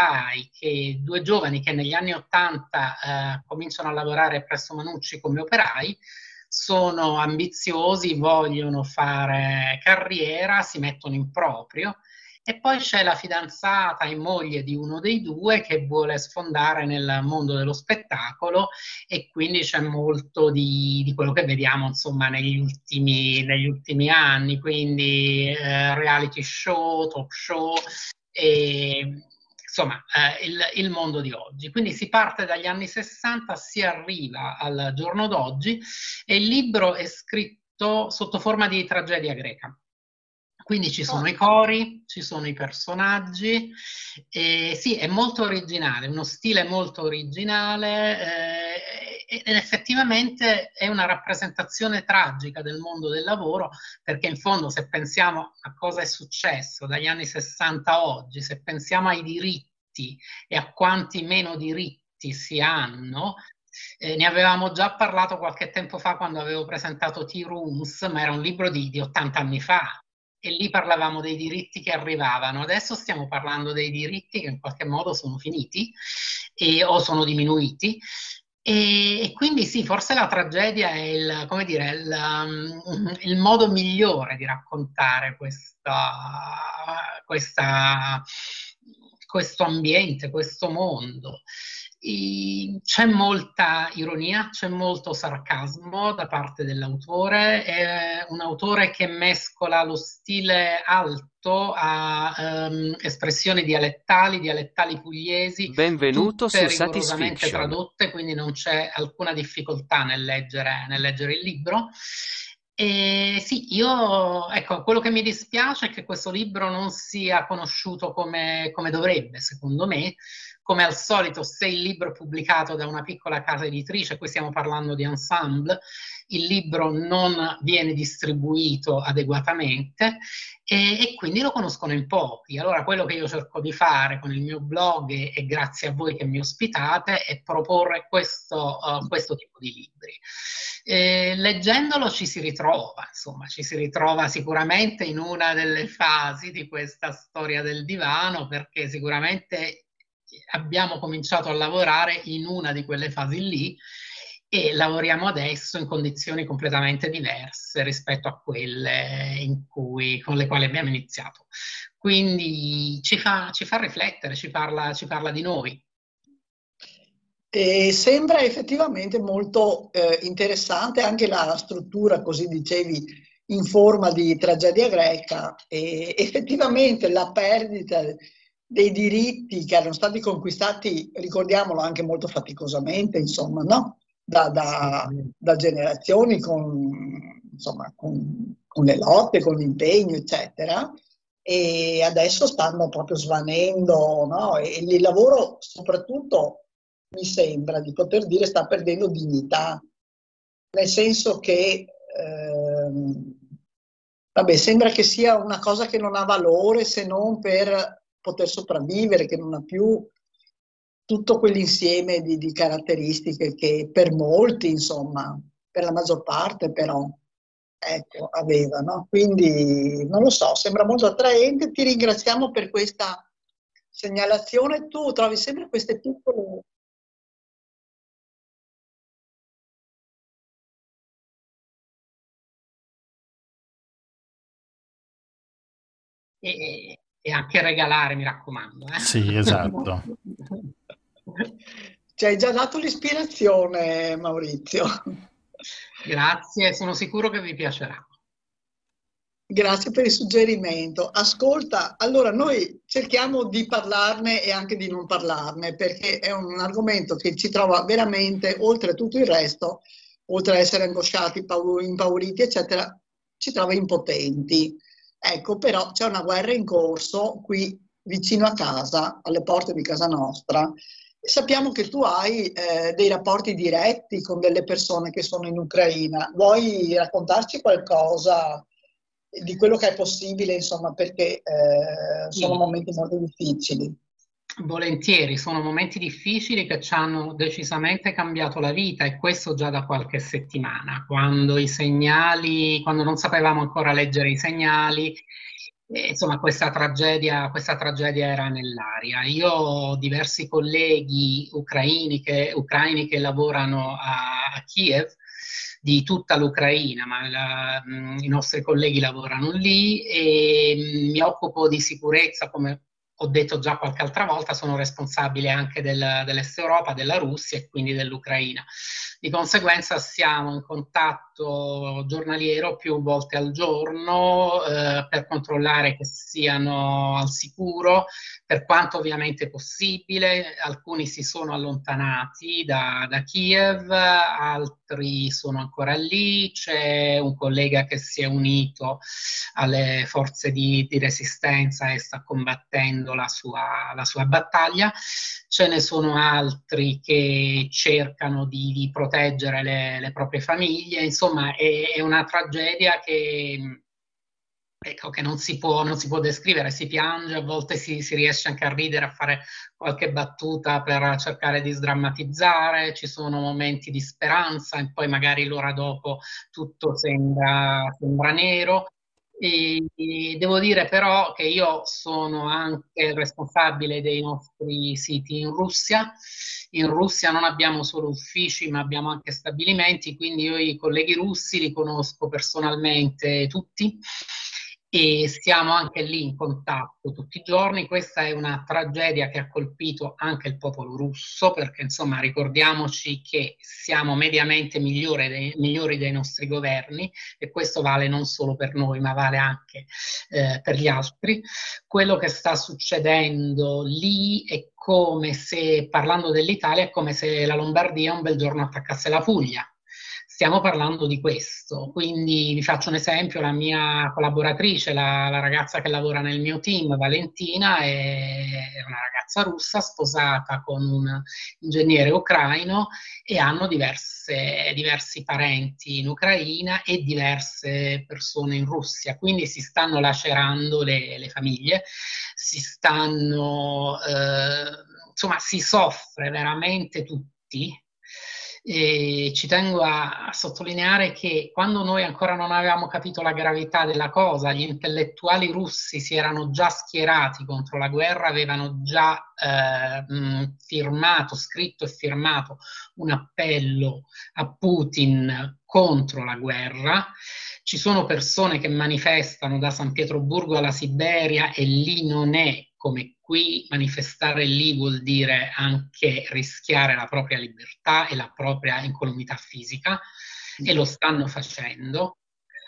che negli anni '80 cominciano a lavorare presso Manucci come operai, sono ambiziosi, vogliono fare carriera, si mettono in proprio. E poi c'è la fidanzata e moglie di uno dei due che vuole sfondare nel mondo dello spettacolo, e quindi c'è molto di quello che vediamo, insomma, negli ultimi anni, quindi reality show, talk show, e insomma il mondo di oggi. Quindi si parte dagli anni 60, si arriva al giorno d'oggi, e il libro è scritto sotto forma di tragedia greca. Quindi ci sono i cori, ci sono i personaggi, e sì, è molto originale, uno stile molto originale, ed effettivamente è una rappresentazione tragica del mondo del lavoro, perché in fondo, se pensiamo a cosa è successo dagli anni 60 a oggi, se pensiamo ai diritti e a quanti meno diritti si hanno, ne avevamo già parlato qualche tempo fa quando avevo presentato Tea Rooms, ma era un libro di 80 anni fa. E lì parlavamo dei diritti che arrivavano. Adesso stiamo parlando dei diritti che in qualche modo sono finiti o sono diminuiti. E quindi sì, forse la tragedia è il modo migliore di raccontare questo ambiente, questo mondo. C'è molta ironia, c'è molto sarcasmo da parte dell'autore, è un autore che mescola lo stile alto a espressioni dialettali pugliesi, Benvenuto tutte su rigorosamente Satisfiction. tradotte, quindi non c'è alcuna difficoltà nel leggere il libro. E sì, ecco, quello che mi dispiace è che questo libro non sia conosciuto come dovrebbe, secondo me. Come al solito, se il libro è pubblicato da una piccola casa editrice, qui stiamo parlando di Ensemble, il libro non viene distribuito adeguatamente e quindi lo conoscono in pochi. Allora, quello che io cerco di fare con il mio blog e grazie a voi che mi ospitate è proporre questo tipo di libri. Leggendolo ci si ritrova, insomma, ci si ritrova sicuramente in una delle fasi di questa storia del divano, perché sicuramente abbiamo cominciato a lavorare in una di quelle fasi lì e lavoriamo adesso in condizioni completamente diverse rispetto a quelle con le quali abbiamo iniziato. Quindi ci fa riflettere, ci parla di noi. E sembra effettivamente molto interessante anche la struttura, così dicevi, in forma di tragedia greca, e effettivamente la perdita dei diritti che erano stati conquistati, ricordiamolo, anche molto faticosamente, insomma, no? Da generazioni insomma, con le lotte, con l'impegno, eccetera. E adesso stanno proprio svanendo, no? E il lavoro, soprattutto, mi sembra di poter dire, sta perdendo dignità, nel senso che vabbè, sembra che sia una cosa che non ha valore se non per poter sopravvivere, che non ha più tutto quell'insieme di caratteristiche che per molti, insomma, per la maggior parte però, ecco, aveva, no? Quindi, non lo so, sembra molto attraente. Ti ringraziamo per questa segnalazione. Tu trovi sempre queste piccole... E anche regalare, mi raccomando. Sì, esatto. Ci hai già dato l'ispirazione, Maurizio. Grazie, sono sicuro che vi piacerà. Grazie per il suggerimento. Ascolta, allora noi cerchiamo di parlarne e anche di non parlarne, perché è un argomento che ci trova veramente, oltre tutto il resto, oltre a essere angosciati, impauriti, eccetera, ci trova impotenti. Ecco, però c'è una guerra in corso qui vicino a casa, alle porte di casa nostra. Sappiamo che tu hai dei rapporti diretti con delle persone che sono in Ucraina. Vuoi raccontarci qualcosa di quello che è possibile, insomma, perché sono momenti molto difficili. Volentieri, sono momenti difficili che ci hanno decisamente cambiato la vita, e questo già da qualche settimana, quando non sapevamo ancora leggere i segnali, insomma questa tragedia era nell'aria. Io ho diversi colleghi ucraini che lavorano a Kiev, di tutta l'Ucraina, ma i nostri colleghi lavorano lì, e mi occupo di sicurezza, come ho detto già qualche altra volta, sono responsabile anche dell'Est Europa, della Russia e quindi dell'Ucraina. Di conseguenza siamo in contatto giornaliero più volte al giorno per controllare che siano al sicuro, per quanto ovviamente possibile. Alcuni si sono allontanati da Kiev, altri sono ancora lì, c'è un collega che si è unito alle forze di resistenza e sta combattendo la sua battaglia. Ce ne sono altri che cercano di proteggere le proprie famiglie. Insomma, è una tragedia che non si può descrivere. Si piange, a volte si riesce anche a ridere, a fare qualche battuta per cercare di sdrammatizzare, ci sono momenti di speranza e poi magari l'ora dopo tutto sembra nero. E devo dire però che io sono anche responsabile dei nostri siti in Russia. In Russia non abbiamo solo uffici, ma abbiamo anche stabilimenti, quindi io i colleghi russi li conosco personalmente tutti, e siamo anche lì in contatto tutti i giorni. Questa è una tragedia che ha colpito anche il popolo russo, perché insomma ricordiamoci che siamo mediamente migliori dei nostri governi, e questo vale non solo per noi ma vale anche per gli altri. Quello che sta succedendo lì è come se, parlando dell'Italia, è come se la Lombardia un bel giorno attaccasse la Puglia. Stiamo parlando di questo, quindi vi faccio un esempio: la mia collaboratrice, la ragazza che lavora nel mio team, Valentina, è una ragazza russa sposata con un ingegnere ucraino e hanno diversi parenti in Ucraina e diverse persone in Russia, quindi si stanno lacerando le famiglie, insomma si soffre veramente tutti. E ci tengo a sottolineare che quando noi ancora non avevamo capito la gravità della cosa, gli intellettuali russi si erano già schierati contro la guerra, avevano già scritto e firmato un appello a Putin contro la guerra. Ci sono persone che manifestano da San Pietroburgo alla Siberia, e lì non è come qui. Manifestare lì vuol dire anche rischiare la propria libertà e la propria incolumità fisica, e lo stanno facendo.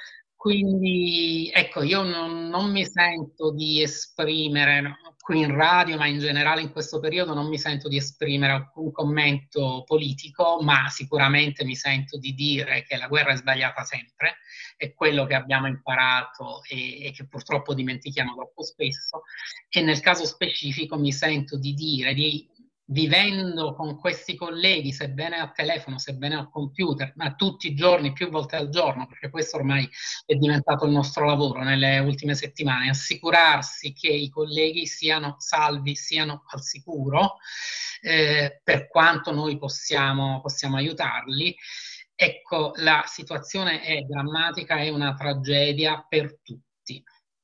Quindi ecco, io non mi sento di esprimere qui in radio, ma in generale in questo periodo non mi sento di esprimere alcun commento politico, ma sicuramente mi sento di dire che la guerra è sbagliata sempre, è quello che abbiamo imparato e che purtroppo dimentichiamo troppo spesso, e nel caso specifico mi sento di dire, vivendo con questi colleghi, sebbene a telefono, sebbene al computer, ma tutti i giorni, più volte al giorno, perché questo ormai è diventato il nostro lavoro nelle ultime settimane, assicurarsi che i colleghi siano salvi, siano al sicuro, per quanto noi possiamo aiutarli. Ecco, la situazione è drammatica, è una tragedia per tutti.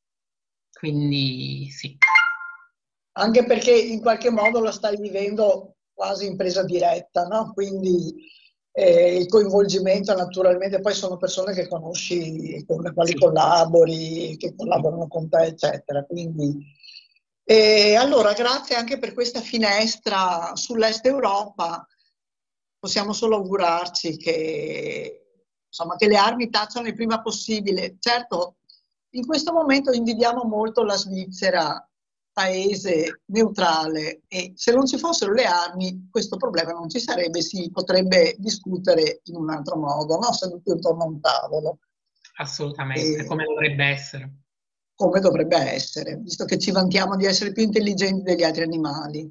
Quindi sì. Anche perché in qualche modo lo stai vivendo quasi in presa diretta, no? Quindi il coinvolgimento naturalmente, poi sono persone che conosci, con le quali Sì. collabori, che collaborano con te, eccetera. Quindi, allora, grazie anche per questa finestra sull'Est Europa. Possiamo solo augurarci che, insomma, che le armi tacciano il prima possibile. Certo, in questo momento invidiamo molto la Svizzera, paese neutrale, e se non ci fossero le armi questo problema non ci sarebbe, si potrebbe discutere in un altro modo, no? Seduti intorno a un tavolo. Assolutamente, come dovrebbe essere. Come dovrebbe essere, visto che ci vantiamo di essere più intelligenti degli altri animali.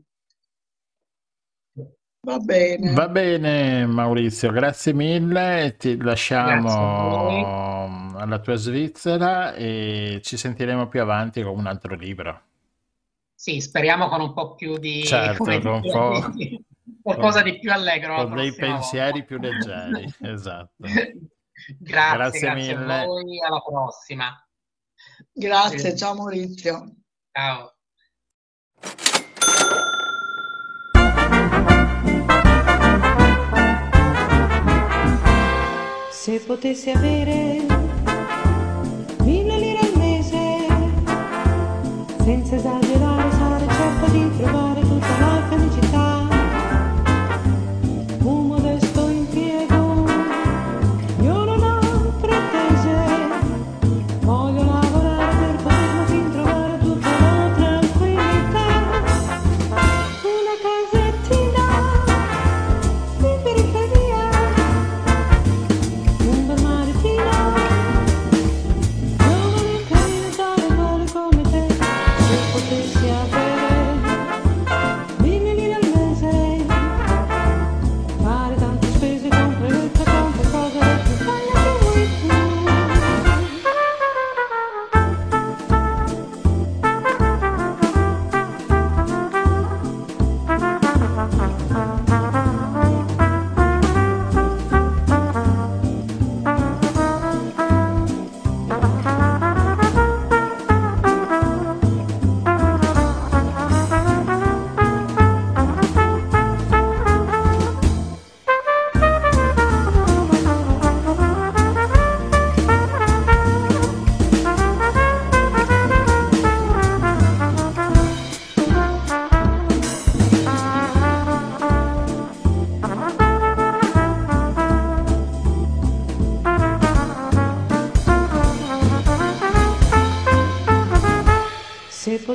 Va bene. Va bene Maurizio, grazie mille, ti lasciamo Grazie a voi. alla tua Svizzera e ci sentiremo più avanti con un altro libro. Sì, speriamo con un po' più di... Certo, come con dire, qualcosa di più allegro la con dei prossima pensieri volta. più leggeri, esatto. Grazie mille. a voi, alla prossima. Grazie, ciao Maurizio. Ciao. Se potessi avere 1000 lire al mese, senza esagerare sarei certa di trovare tutta la felicità. Un modesto impiego, io non ho pretese, voglio lavorare per poterlo fin trovare tutta la tranquillità. Una casettina in periferia, un bel maritino, giovane carino, tale come te. Se potevo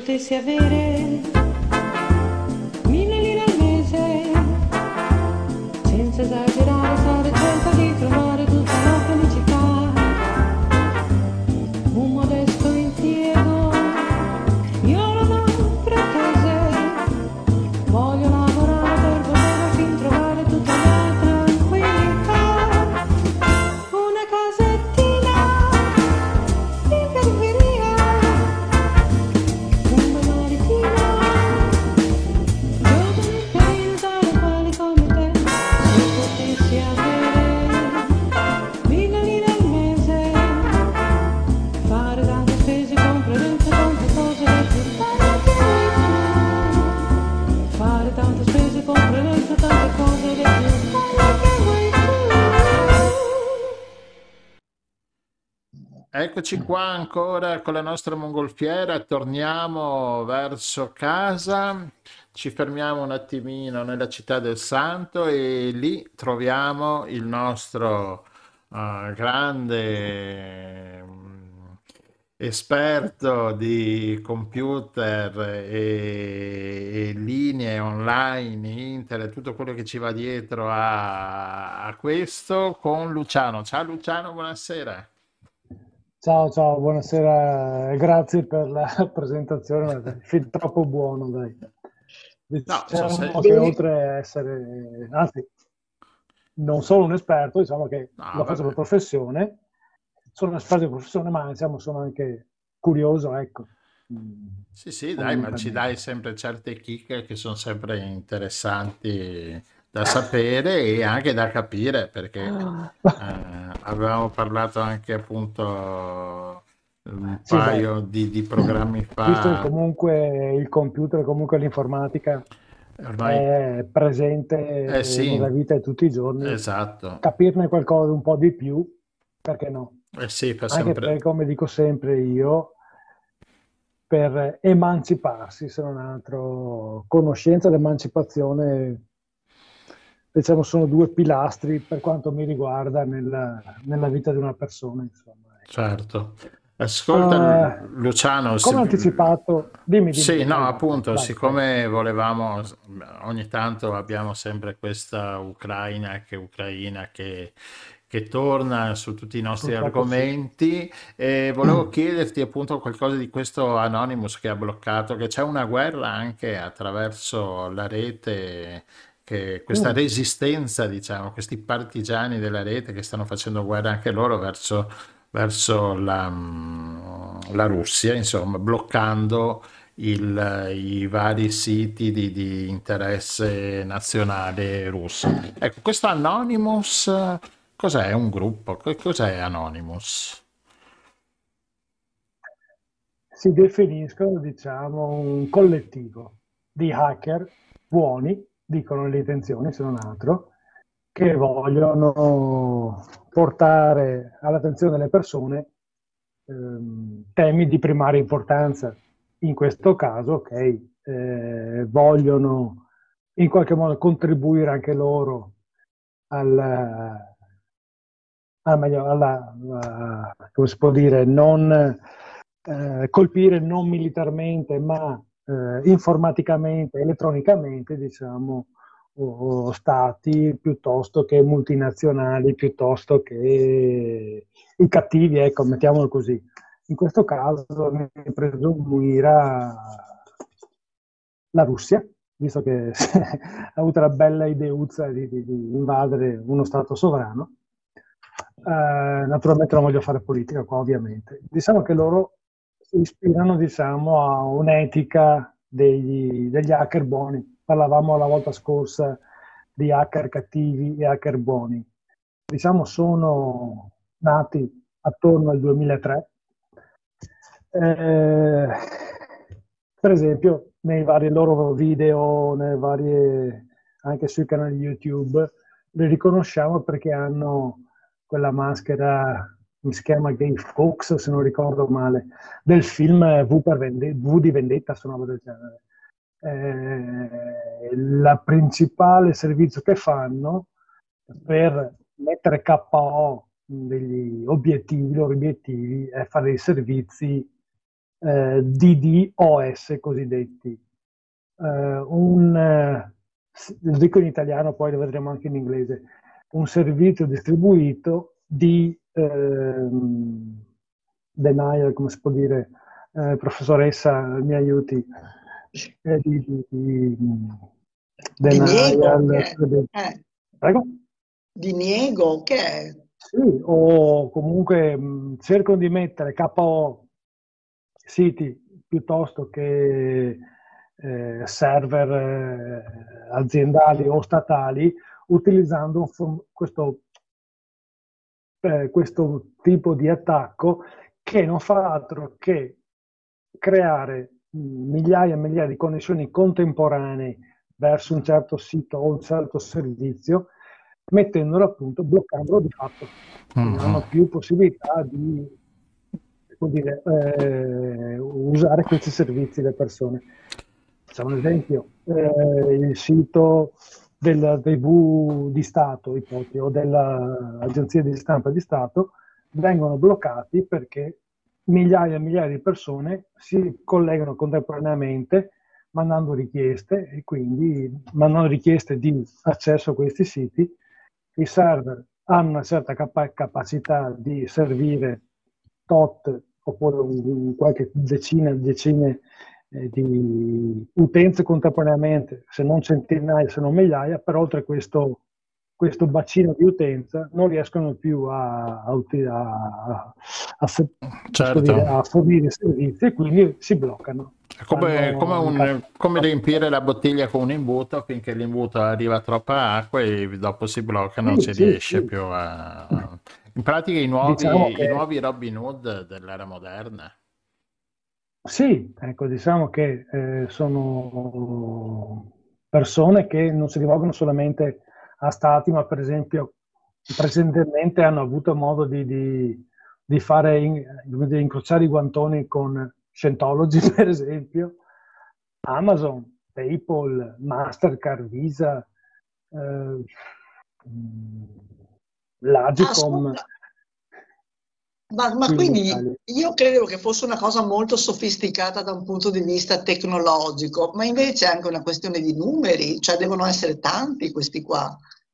potessi avere 1000 lire al mese, senza esagerare sarei certa di trovare tutta la felicità. Un modesto impiego, io non ho pretese, voglio lavorare per poter al fin trovare tutta la tranquillità. Una casettina in periferia, un bel maritino, giovane e carino tale quale come te. Se potessi avere 1000 lire al mese, fare tante spese, comprare tante cose le più belle che vuoi tu. Fare tante spese, comprare tante cose le più belle che vuoi tu. Eccoci qua ancora con la nostra mongolfiera, torniamo verso casa, ci fermiamo un attimino nella città del Santo e lì troviamo il nostro grande esperto di computer e linee online, internet, tutto quello che ci va dietro a questo, con Luciano. Ciao Luciano, buonasera. Ciao, buonasera, grazie per la presentazione, dai, fin troppo buono, dai. No, Diciamo che oltre a essere, anzi, non solo un esperto, diciamo che No, lo faccio vabbè. per professione, sono un esperto di professione, ma diciamo sono anche curioso, ecco. Sì, dai, ma ci dai sempre certe chicche che sono sempre interessanti da sapere e anche da capire, perché avevamo parlato anche appunto un Sì, beh, paio di programmi visto che fa, comunque il computer, comunque l'informatica ormai, è presente sì, nella vita di tutti i giorni, esatto, capirne qualcosa un po' di più, perché no? sì, fa Anche sempre, perché, come dico sempre io, per emanciparsi, se non altro, conoscenza ed emancipazione, diciamo, sono due pilastri per quanto mi riguarda nella vita di una persona, insomma. certo. Ascolta Eh, Luciano, come anticipato, dimmi, sì, no, vai, appunto, vai. siccome volevamo, ogni tanto abbiamo sempre questa Ucraina che torna su tutti i nostri Purtroppo sì. argomenti e volevo chiederti appunto qualcosa di questo Anonymous che ha bloccato, che c'è una guerra anche attraverso la rete, questa resistenza, diciamo, questi partigiani della rete che stanno facendo guerra anche loro verso la Russia, insomma, bloccando i vari siti di interesse nazionale russo. Ecco, questo Anonymous, cos'è? Un gruppo? Cos'è Anonymous? Si definiscono, diciamo, un collettivo di hacker buoni, dicono le intenzioni, se non altro, che vogliono portare all'attenzione delle persone temi di primaria importanza. In questo caso, vogliono in qualche modo contribuire anche loro come si può dire, non colpire non militarmente, ma informaticamente, elettronicamente, diciamo, o stati piuttosto che multinazionali, piuttosto che i cattivi, ecco, mettiamolo così. In questo caso mi è preso in mira la Russia, visto che ha avuto la bella ideuzza di invadere uno stato sovrano. Naturalmente non voglio fare politica qua, ovviamente. Diciamo che loro si ispirano, diciamo, a un'etica degli hacker buoni. Parlavamo la volta scorsa di hacker cattivi e hacker buoni. Diciamo sono nati attorno al 2003. Per esempio, nei vari loro video, anche sui canali YouTube, li riconosciamo perché hanno quella maschera, mi si chiama Gay Fox, se non ricordo male, del film V di Vendetta, su una roba del genere. Il principale servizio che fanno per mettere KO degli obiettivi, i loro obiettivi, è fare dei servizi DDoS cosiddetti. Lo dico in italiano, poi lo vedremo anche in inglese, un servizio distribuito di denial, come si può dire, professoressa, mi aiuti, denial, prego? Diniego, che è? Sì, o comunque cercano di mettere KO siti piuttosto che server aziendali o statali, utilizzando questo tipo di attacco che non fa altro che creare migliaia e migliaia di connessioni contemporanee verso un certo sito o un certo servizio, mettendolo appunto, bloccandolo di fatto. Non hanno più possibilità di usare questi servizi le persone. Facciamo un esempio, il sito del TV di Stato o dell'agenzia di stampa di Stato vengono bloccati perché migliaia e migliaia di persone si collegano contemporaneamente mandando richieste, e quindi mandando richieste di accesso a questi siti. I server hanno una certa capacità di servire tot oppure qualche decine di utenze contemporaneamente, se non centinaia, se non migliaia, però oltre questo bacino di utenza non riescono più a fornire servizi e quindi si bloccano. È come riempire la bottiglia con un imbuto, finché l'imbuto arriva troppa acqua e dopo si blocca, non si riesce più a... In pratica i nuovi Robin Hood dell'era moderna. Sì, ecco, diciamo che sono persone che non si rivolgono solamente a stati, ma per esempio precedentemente hanno avuto modo di incrociare i guantoni con Scientology, per esempio, Amazon, PayPal, Mastercard, Visa, l'Agicom. Ma quindi io credevo che fosse una cosa molto sofisticata da un punto di vista tecnologico, ma invece è anche una questione di numeri, cioè devono essere tanti questi qua.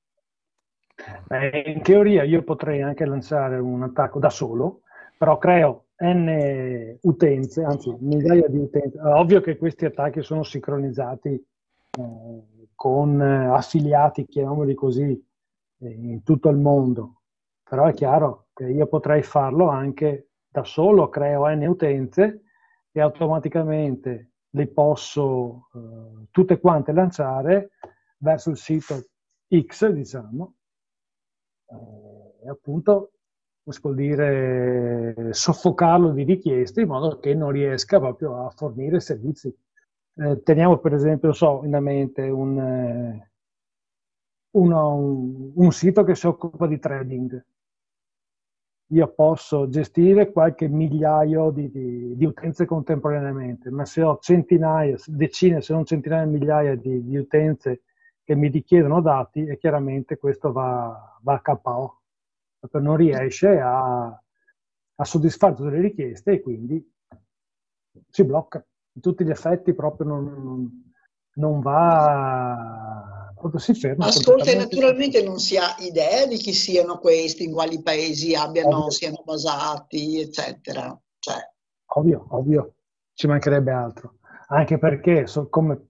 In teoria io potrei anche lanciare un attacco da solo, però creo N utenze, anzi migliaia di utenze. Ovvio che questi attacchi sono sincronizzati con affiliati, chiamiamoli così, in tutto il mondo, però è chiaro che io potrei farlo anche da solo, creo N utenze e automaticamente le posso tutte quante lanciare verso il sito X, diciamo, e appunto, come si può dire, soffocarlo di richieste in modo che non riesca proprio a fornire servizi. Teniamo per esempio, in mente un sito che si occupa di trading. Io posso gestire qualche migliaio di utenze contemporaneamente, ma se ho centinaia, decine, se non centinaia di migliaia di utenze che mi richiedono dati, e chiaramente questo va a KO, perché non riesce a soddisfare tutte le richieste e quindi si blocca. In tutti gli effetti proprio non va, proprio si ferma. Ascolta, e naturalmente non si ha idea di chi siano questi, in quali paesi siano basati, eccetera. Cioè. Ovvio, ci mancherebbe altro. Anche perché, come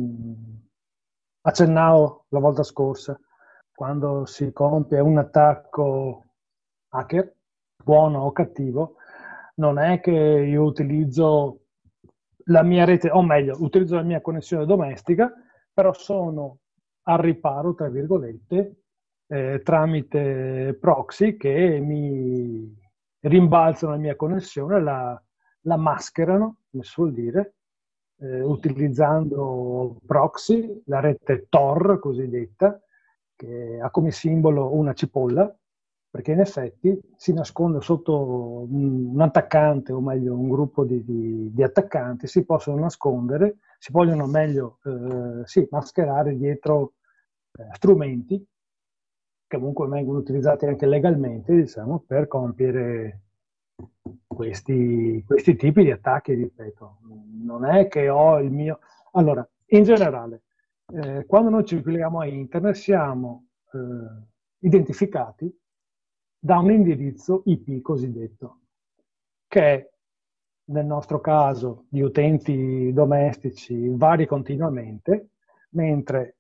accennavo la volta scorsa, quando si compie un attacco hacker, buono o cattivo, non è che io utilizzo la mia rete, o meglio, utilizzo la mia connessione domestica, però sono al riparo, tra virgolette, tramite proxy che mi rimbalzano la mia connessione, la mascherano, come si vuol dire, utilizzando proxy, la rete Tor cosiddetta, che ha come simbolo una cipolla, perché in effetti si nasconde sotto un attaccante, o meglio un gruppo di attaccanti, si possono nascondere, si vogliono meglio mascherare dietro strumenti che comunque vengono utilizzati anche legalmente, diciamo, per compiere questi tipi di attacchi, ripeto. Non è che ho il mio... Allora, in generale, quando noi ci colleghiamo a internet siamo identificati da un indirizzo IP cosiddetto, che è, nel nostro caso di utenti domestici, varia continuamente, mentre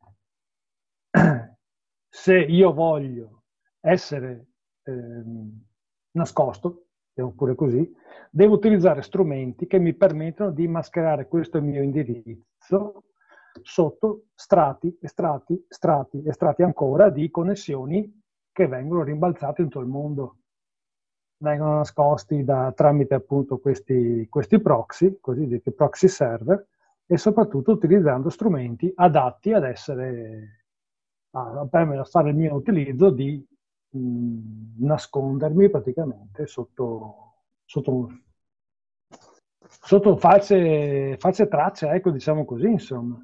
se io voglio essere nascosto, diciamo pure così, devo utilizzare strumenti che mi permettono di mascherare questo mio indirizzo sotto strati e strati, strati e strati ancora di connessioni che vengono rimbalzate in tutto il mondo. Vengono nascosti tramite appunto questi proxy, cosiddetti proxy server, e soprattutto utilizzando strumenti adatti ad essere a fare il mio utilizzo di nascondermi praticamente sotto false tracce, ecco, diciamo così, insomma.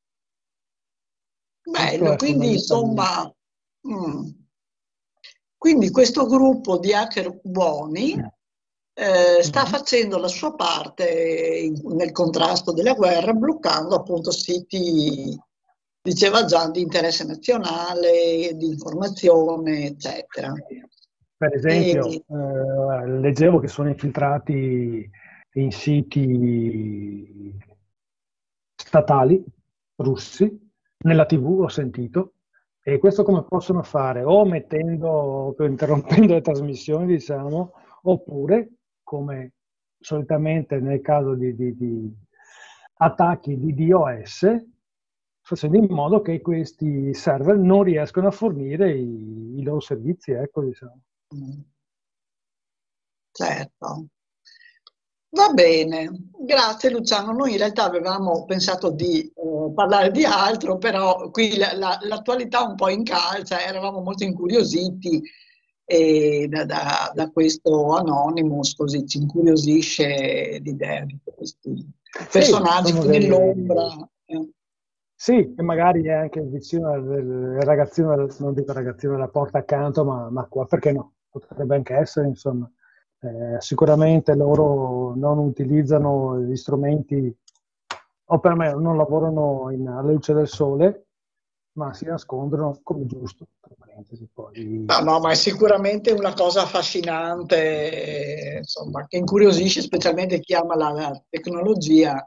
Bello, quindi insomma, quindi questo gruppo di hacker buoni sta facendo la sua parte nel contrasto della guerra, bloccando appunto siti, diceva già, di interesse nazionale, di informazione, eccetera. Per esempio, leggevo che sono infiltrati in siti statali russi, nella TV ho sentito, e questo come possono fare? O interrompendo le trasmissioni, diciamo, oppure, come solitamente nel caso di attacchi di DOS, facendo in modo che questi server non riescano a fornire i loro servizi, ecco, diciamo. Certo. Va bene, grazie Luciano. Noi in realtà avevamo pensato di parlare di altro, però qui l'attualità un po' incalza, eravamo molto incuriositi da questo Anonymous, così ci incuriosisce l'idea di questi personaggi sono nell'ombra. Sì, e magari è anche vicino al ragazzino, non dico ragazzino della porta accanto, ma qua, perché no? Potrebbe anche essere, insomma. Sicuramente loro non utilizzano gli strumenti, o per me non lavorano alla luce del sole, ma si nascondono come giusto. Tra parentesi, poi. No, ma è sicuramente una cosa affascinante, insomma, che incuriosisce specialmente chi ama la tecnologia.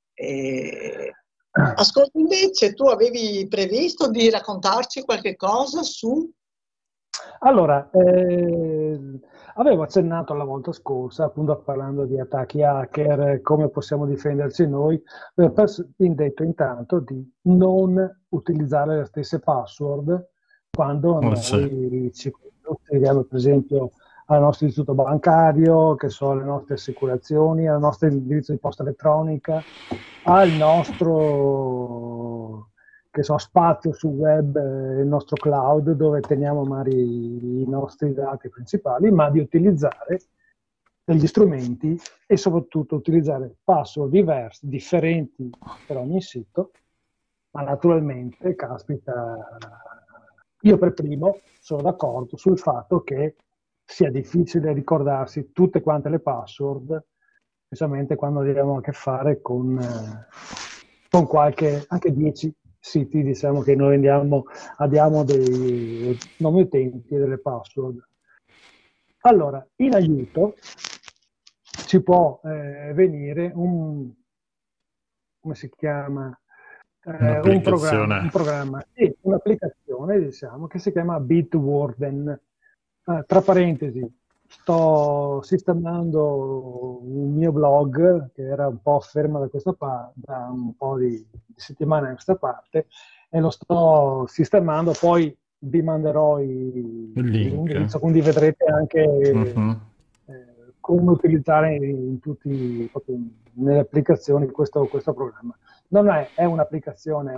Ascolta, invece, tu avevi previsto di raccontarci qualche cosa su... Allora, avevo accennato la volta scorsa, appunto parlando di attacchi hacker, come possiamo difenderci noi, detto intanto di non utilizzare le stesse password quando noi ci colleghiamo, per esempio, al nostro istituto bancario, che sono le nostre assicurazioni, al nostro indirizzo di posta elettronica, al nostro spazio sul web, il nostro cloud, dove teniamo magari i nostri dati principali, ma di utilizzare degli strumenti e soprattutto utilizzare password diversi, differenti per ogni sito, ma naturalmente, caspita, io per primo sono d'accordo sul fatto che sia difficile ricordarsi tutte quante le password, specialmente quando abbiamo a che fare con qualche, anche 10 siti, diciamo, che noi abbiamo dei nomi utenti e delle password. Allora, in aiuto ci può venire come si chiama? Un programma, sì, un'applicazione, diciamo, che si chiama Bitwarden. Tra parentesi, sto sistemando un mio blog che era un po' fermo da un po' di settimane a questa parte, e lo sto sistemando, poi vi manderò l'indirizzo, quindi vedrete anche come utilizzare in tutti, nelle applicazioni questo programma. Non è un'applicazione,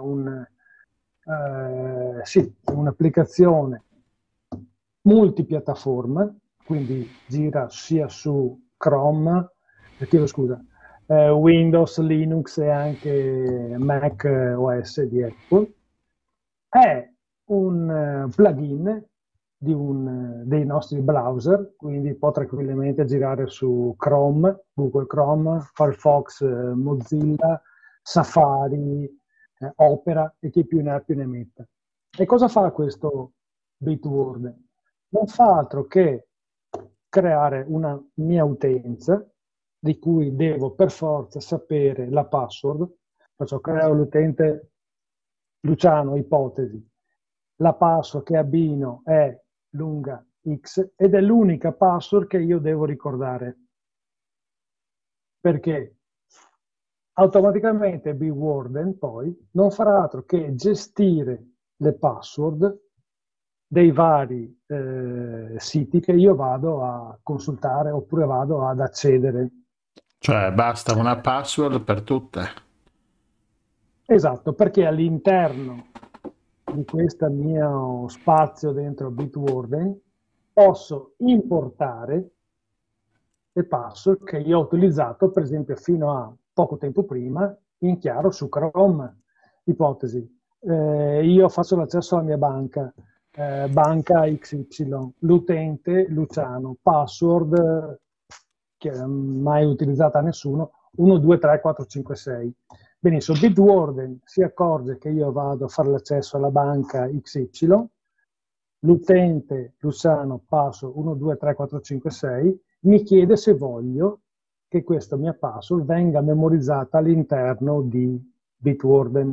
un'applicazione multipiattaforma, quindi gira sia su Chrome, Windows, Linux e anche Mac OS di Apple. È un plugin dei nostri browser, quindi può tranquillamente girare su Chrome, Google Chrome, Firefox, Mozilla, Safari, Opera e chi più ne ha più ne metta. E cosa fa questo Bitwarden? Non fa altro che creare una mia utenza di cui devo per forza sapere la password. Faccio creare l'utente Luciano, ipotesi. La password che abbino è lunga X ed è l'unica password che io devo ricordare. Perché automaticamente Bitwarden poi non farà altro che gestire le password dei vari siti che io vado a consultare oppure vado ad accedere. Cioè, basta una password per tutte. Esatto, perché all'interno di questo mio spazio dentro Bitwarden posso importare le password che io ho utilizzato, per esempio, fino a poco tempo prima in chiaro su Chrome. Ipotesi, io faccio l'accesso alla mia banca, banca XY, l'utente Luciano, password che mai utilizzata nessuno, 1, 2, 3, 4, 5, 6. Benissimo, Bitwarden si accorge che io vado a fare l'accesso alla banca XY, l'utente Luciano, password 1, 2, 3, 4, 5, 6, mi chiede se voglio che questa mia password venga memorizzata all'interno di Bitwarden.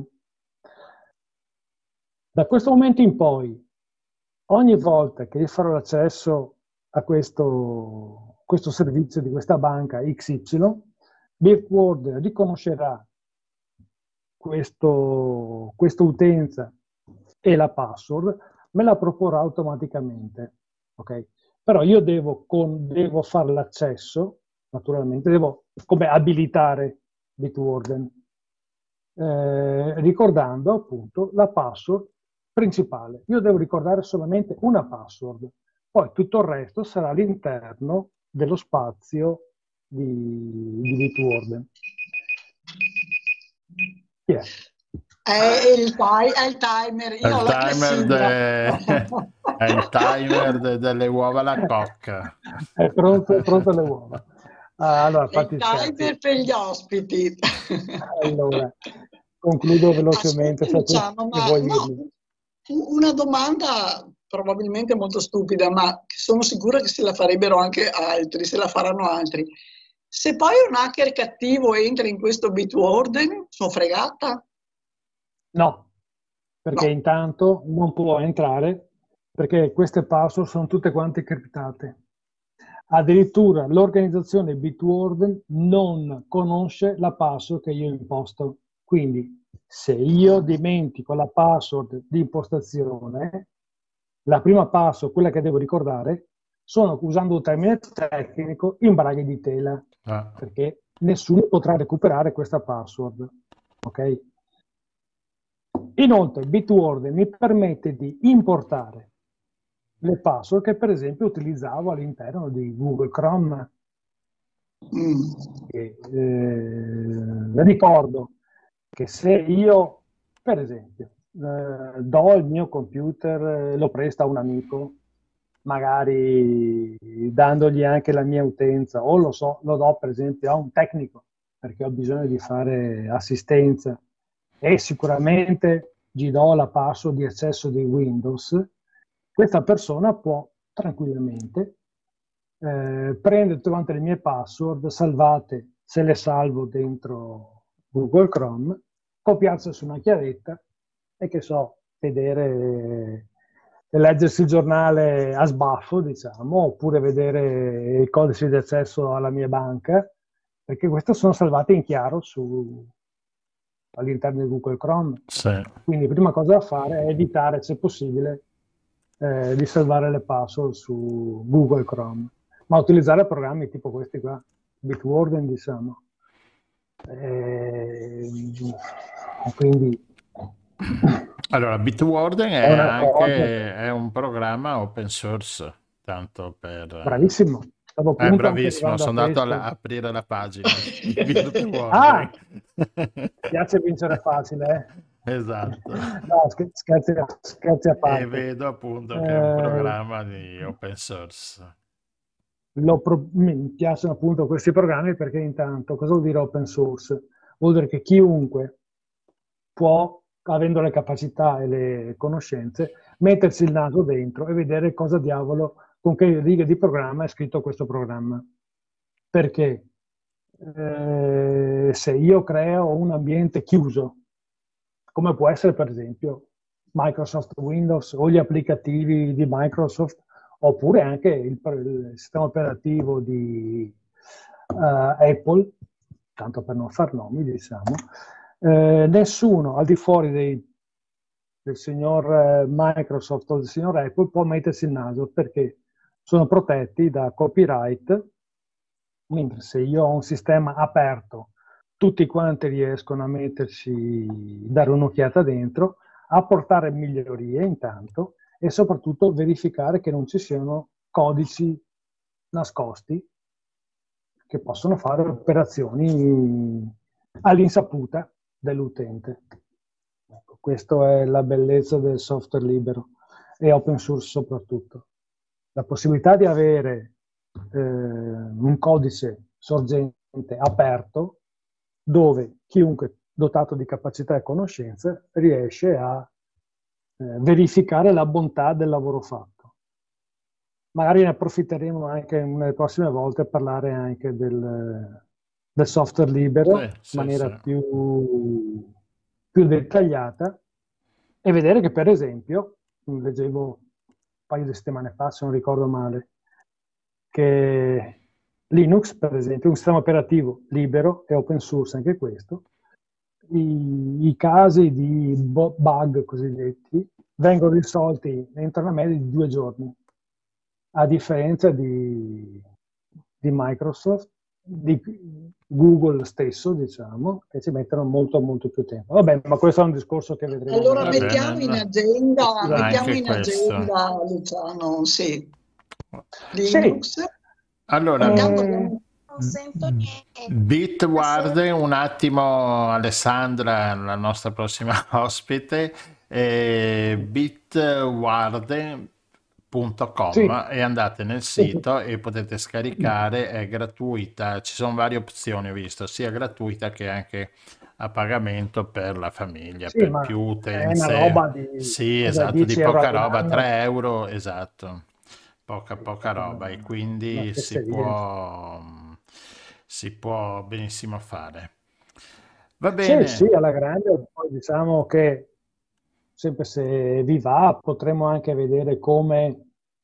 Da questo momento in poi, ogni volta che io farò l'accesso a questo servizio di questa banca XY, Bitwarden riconoscerà questa utenza e la password, me la proporrà automaticamente. Okay? Però io devo fare l'accesso, naturalmente, devo come abilitare Bitwarden, ricordando appunto la password principale. Io devo ricordare solamente una password, poi tutto il resto sarà all'interno dello spazio di Bitwarden. Yeah. È il timer. Io È il timer delle uova alla cocca. È pronto le uova. Allora, è il timer per gli ospiti. Allora, concludo velocemente. Diciamo, una domanda probabilmente molto stupida, ma sono sicura che se la farebbero anche altri, se la faranno altri. Se poi un hacker cattivo entra in questo Bitwarden, sono fregata? No, perché intanto non può entrare, perché queste password sono tutte quante criptate. Addirittura l'organizzazione Bitwarden non conosce la password che io imposto. Quindi se io dimentico la password di impostazione, la prima password, quella che devo ricordare, sono, usando un termine tecnico, in braghe di tela, perché nessuno potrà recuperare questa password. Ok? Inoltre Bitwarden mi permette di importare le password che per esempio utilizzavo all'interno di Google Chrome. Ricordo che se io, per esempio, do il mio computer, lo presta a un amico, magari dandogli anche la mia utenza, o lo do per esempio a un tecnico perché ho bisogno di fare assistenza e sicuramente gli do la password di accesso di Windows, questa persona può tranquillamente prendere tutte le mie password salvate, se le salvo dentro Google Chrome, copiarsi su una chiavetta e che so, vedere e leggersi il giornale a sbaffo, diciamo, oppure vedere il codice di accesso alla mia banca, perché queste sono salvate in chiaro all'interno di Google Chrome. Sì. Quindi prima cosa da fare è evitare, se possibile, di salvare le password su Google Chrome, ma utilizzare programmi tipo questi qua, Bitwarden, diciamo. Quindi allora, Bitwarden è un programma open source, tanto per... Bravissimo. Bravissimo, sono andato ad aprire la pagina. Piace vincere facile, Esatto. No, scherzi a E parte. vedo appunto che è un Eh, programma di open source. Mi piacciono appunto questi programmi perché intanto cosa vuol dire open source? Vuol dire che chiunque può, avendo le capacità e le conoscenze, mettersi il naso dentro e vedere cosa diavolo, con che righe di programma è scritto questo programma. Perché se io creo un ambiente chiuso, come può essere per esempio Microsoft Windows o gli applicativi di Microsoft, oppure anche il sistema operativo di Apple, tanto per non far nomi, diciamo, nessuno al di fuori del signor Microsoft o del signor Apple può mettersi il naso perché sono protetti da copyright, mentre se io ho un sistema aperto, tutti quanti riescono a metterci, dare un'occhiata dentro, apportare migliorie intanto e soprattutto verificare che non ci siano codici nascosti che possono fare operazioni all'insaputa dell'utente. Ecco, questa è la bellezza del software libero e open source soprattutto. La possibilità di avere un codice sorgente aperto dove chiunque dotato di capacità e conoscenze riesce a verificare la bontà del lavoro fatto. Magari ne approfitteremo anche nelle prossime volte a parlare anche del software libero in maniera più dettagliata e vedere che per esempio, leggevo un paio di settimane fa, se non ricordo male, che Linux, per esempio, un sistema operativo libero e open source anche questo, i casi di bug cosiddetti vengono risolti entro una media di 2 giorni, a differenza di Microsoft, di Google stesso, diciamo, che ci mettono molto molto più tempo. Vabbè, ma questo è un discorso che vedremo. Allora mettiamo in agenda, Luciano, sì. Linux. Sì. Allora, Non sento niente. Bitward, un attimo, Alessandra, la nostra prossima ospite, bitward.com, Sì. e andate nel sito e potete scaricare, è gratuita, ci sono varie opzioni, ho visto, sia gratuita che anche a pagamento per la famiglia, Sì, per ma più è utenze. una roba di Sì, cosa, esatto, 10 di euro poca all'anno? roba, 3 euro, esatto. Poca roba, e quindi Una fesseria. si può benissimo fare. Va bene. Sì, alla grande. Poi diciamo che sempre se vi va potremo anche vedere come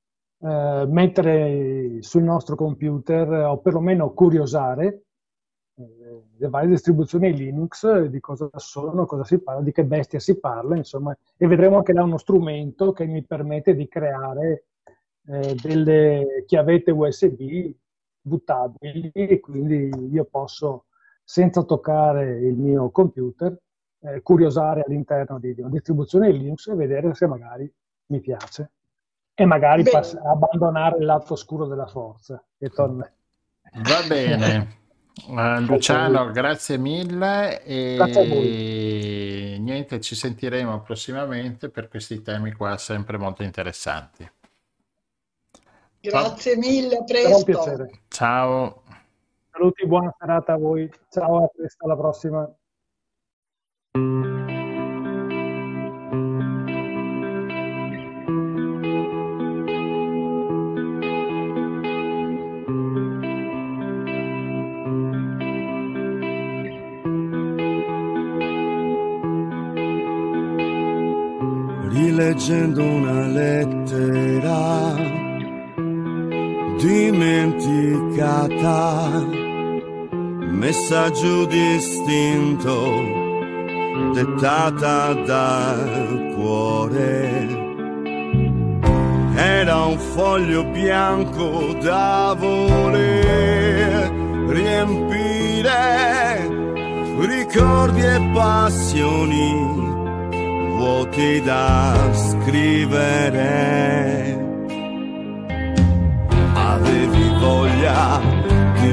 mettere sul nostro computer o perlomeno curiosare le varie distribuzioni Linux, di cosa sono, cosa si parla, di che bestia si parla, insomma, e vedremo anche là uno strumento che mi permette di creare delle chiavette USB buttabili, e quindi io posso, senza toccare il mio computer, curiosare all'interno di una distribuzione Linux e vedere se magari mi piace. E magari abbandonare il lato oscuro della forza. Va bene. Luciano, grazie mille Grazie a e niente, ci sentiremo prossimamente per questi temi qua sempre molto interessanti. Grazie mille, a Sarà un presto. piacere. Ciao. Saluti, buona serata a voi. Ciao, a presto, alla prossima. Rileggendo una lettera dimenticata, messaggio distinto dettata dal cuore. Era un foglio bianco da voler riempire, ricordi e passioni vuoti da scrivere. Avevi voglia di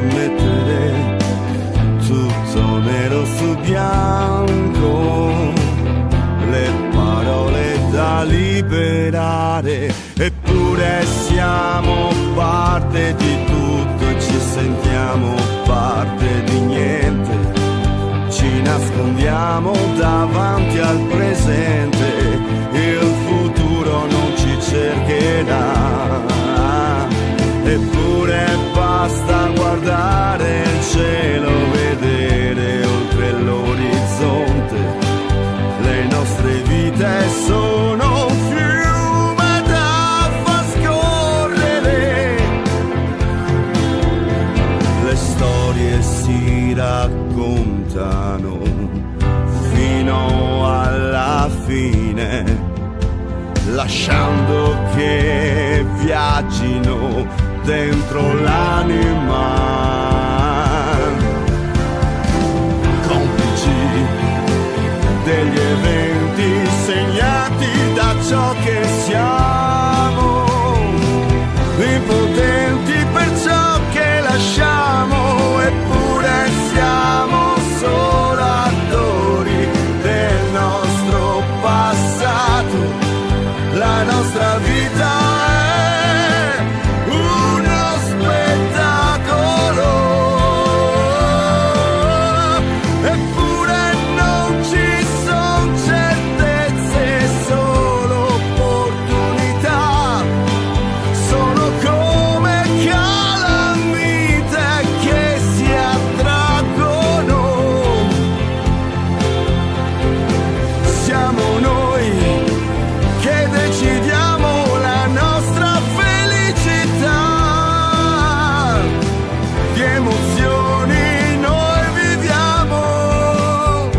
mettere tutto nero su bianco, da liberare, eppure siamo parte di tutto e ci sentiamo parte di niente. Ci nascondiamo davanti al presente, il futuro non ci cercherà. Eppure basta guardare il cielo, vedere oltre l'orizzonte. Le nostre vite sono un fiume da far scorrere. Le storie si raccontano fino alla fine, lasciando che viaggino dentro l'anima. Complici degli eventi segnati da ciò che siamo, impotenti per ciò che lasciamo, eppure siamo solo attori del nostro passato. La nostra vita è uno spettacolo, eppure non ci sono certezze, solo opportunità. Sono come calamite che si attraggono. Siamo noi che decidiamo la nostra felicità. Di emozioni noi viviamo,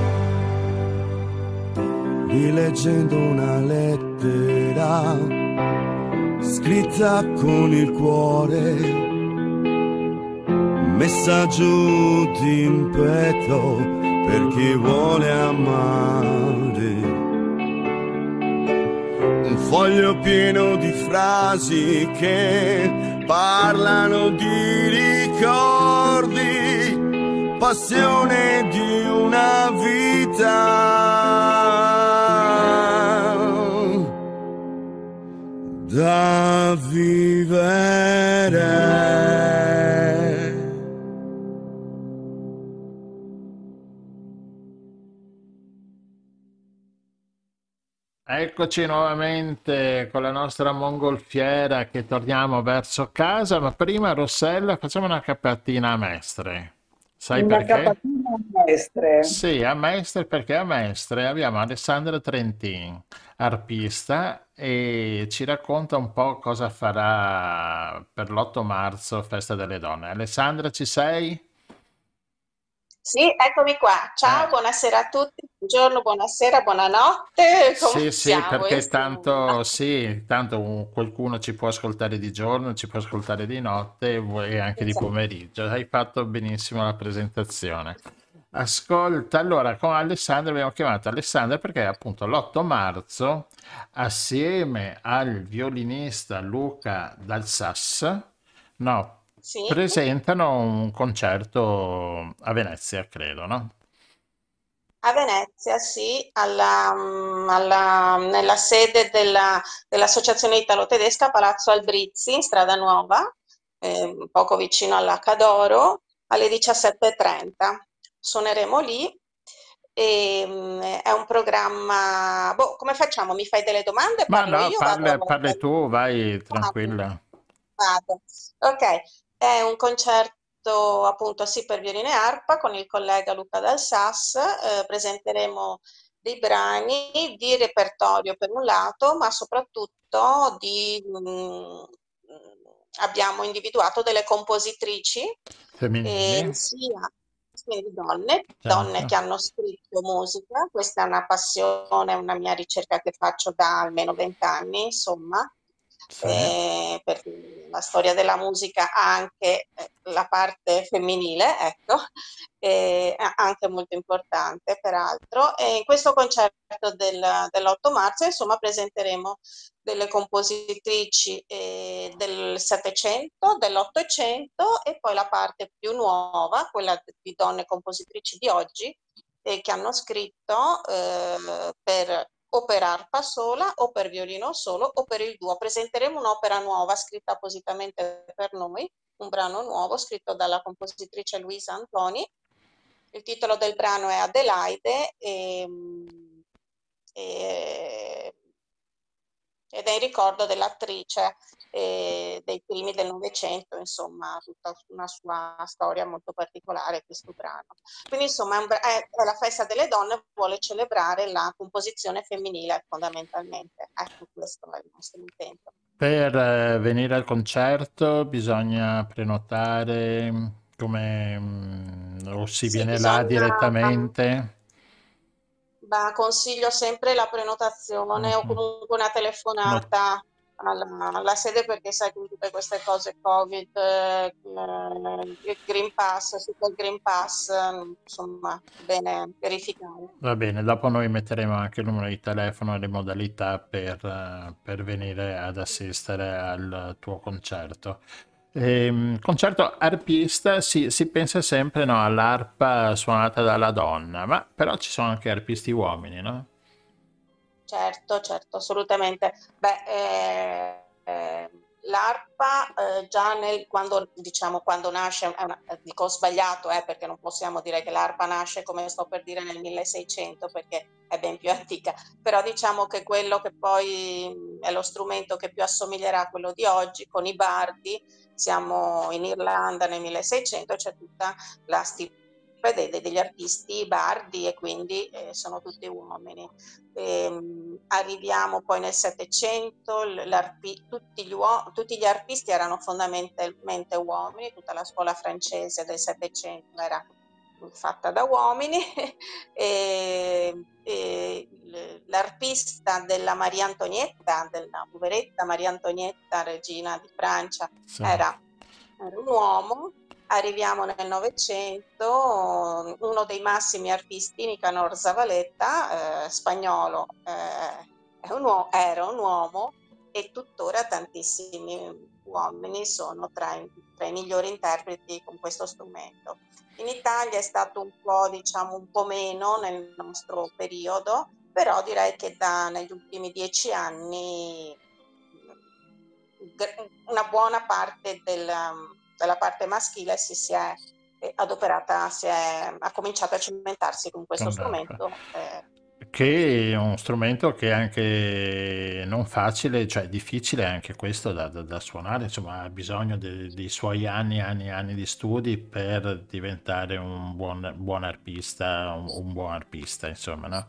rileggendo una lettera scritta con il cuore, messa giù d'impeto per chi vuole amare. Un foglio pieno di frasi che parlano di ricordi, passione di una vita da vivere. Eccoci nuovamente con la nostra mongolfiera che torniamo verso casa, ma prima Rossella facciamo una capatina a Mestre. Sai Una perché? capatina a Mestre. Sì, a Mestre perché a Mestre abbiamo Alessandra Trentin, arpista, e ci racconta un po' cosa farà per l'8 marzo, Festa delle Donne. Alessandra, ci sei? Sì, eccomi qua. Ciao, buonasera a tutti. Buongiorno, buonasera, buonanotte. Come Sì, sì, siamo? perché tanto, sì, tanto qualcuno ci può ascoltare di giorno, ci può ascoltare di notte e anche di pomeriggio. Hai fatto benissimo la presentazione. Ascolta, allora con Alessandra abbiamo chiamato Alessandra perché appunto l'8 marzo, assieme al violinista Luca Dal Sas, no, Sì, presentano un concerto a Venezia, credo, no? a Venezia, sì, nella sede dell'Associazione Italo-Tedesca, Palazzo Albrizzi, in Strada Nuova, poco vicino alla Cadoro, alle 17:30. Suoneremo lì. È un programma. Boh, come facciamo? Mi fai delle domande? Ma Parlo no, io? Vado. parli tu, vai Vado. tranquilla. Vado. Ok, è un concerto appunto sì per violino e arpa con il collega Luca Dal Sas. Presenteremo dei brani di repertorio per un lato, ma soprattutto abbiamo individuato delle compositrici, Femminili, sia quindi donne certo. che hanno scritto musica. Questa è una passione, una mia ricerca che faccio da almeno 20 anni, insomma. Sì. Per la storia della musica ha anche la parte femminile, ecco, anche molto importante peraltro. E in questo concerto dell'8 marzo, insomma, presenteremo delle compositrici del Settecento, dell'Ottocento e poi la parte più nuova, quella di donne compositrici di oggi, che hanno scritto per o per arpa sola, o per violino solo, o per il duo. Presenteremo un'opera nuova scritta appositamente per noi, un brano nuovo scritto dalla compositrice Luisa Antoni. Il titolo del brano è Adelaide ed è in ricordo dell'attrice dei primi del Novecento, insomma, tutta una sua storia molto particolare questo brano. Quindi insomma è la festa delle donne, vuole celebrare la composizione femminile fondamentalmente. Ecco, questo è il nostro intento. Per venire al concerto bisogna prenotare o si Sì, viene là bisogna... direttamente? Consiglio sempre la prenotazione o Mhm. comunque una No. telefonata alla sede, perché sai, con tutte queste cose Covid, il Green Pass, sotto il Green Pass, insomma, bene verificare. Va bene, dopo noi metteremo anche il numero di telefono e le modalità per venire ad assistere al tuo concerto. Concerto arpista, si pensa sempre, no, all'arpa suonata dalla donna, ma però ci sono anche arpisti uomini, no? Certo, assolutamente. L'arpa già quando nasce, dico sbagliato, perché non possiamo dire che l'arpa nasce, come sto per dire, nel 1600, perché è ben più antica, però diciamo che quello che poi è lo strumento che più assomiglierà a quello di oggi, con i bardi. Siamo in Irlanda nel 1600, c'è tutta la stirpe degli artisti bardi, e quindi sono tutti uomini. Arriviamo poi nel Settecento, tutti gli arpisti erano fondamentalmente uomini, tutta la scuola francese del Settecento era fatta da uomini. L'arpista della Maria Antonietta, della poveretta Maria Antonietta, regina di Francia, Sì. era un uomo. Arriviamo nel Novecento, uno dei massimi artisti, Nicanor Zavaleta, spagnolo, era un uomo, e tuttora tantissimi uomini sono tra i migliori interpreti con questo strumento. In Italia è stato un po' meno nel nostro periodo, però direi che negli ultimi 10 anni una buona parte della parte maschile si è adoperata, ha cominciato a cimentarsi con questo Con l'arpa. strumento. Che è uno strumento che è anche non facile, cioè difficile anche questo da suonare, insomma ha bisogno dei suoi anni di studi per diventare un buon arpista, un buon arpista, insomma, no?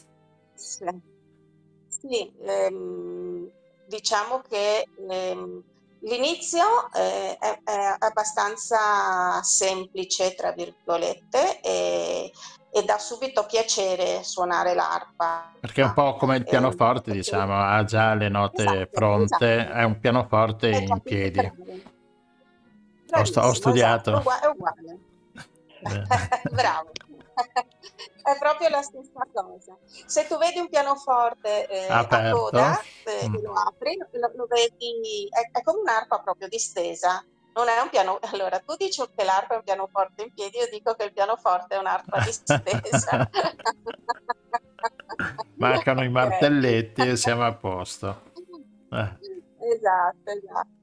Sì, diciamo che l'inizio è abbastanza semplice, tra virgolette, e dà subito piacere suonare l'arpa. Perché è un po' come il pianoforte, diciamo, ha già le note pronte, esatto. è un pianoforte È già in tutto piedi. bravo. Ho Bravissimo, studiato. esatto, è uguale. Bravo. È proprio la stessa cosa. Se tu vedi un pianoforte a Aperto. coda e lo apri, lo vedi, è come un'arpa proprio distesa. Non è un piano. Allora, tu dici che l'arpa è un pianoforte in piedi, io dico che il pianoforte è un'arpa distesa. Mancano i martelletti e siamo a posto. Esatto.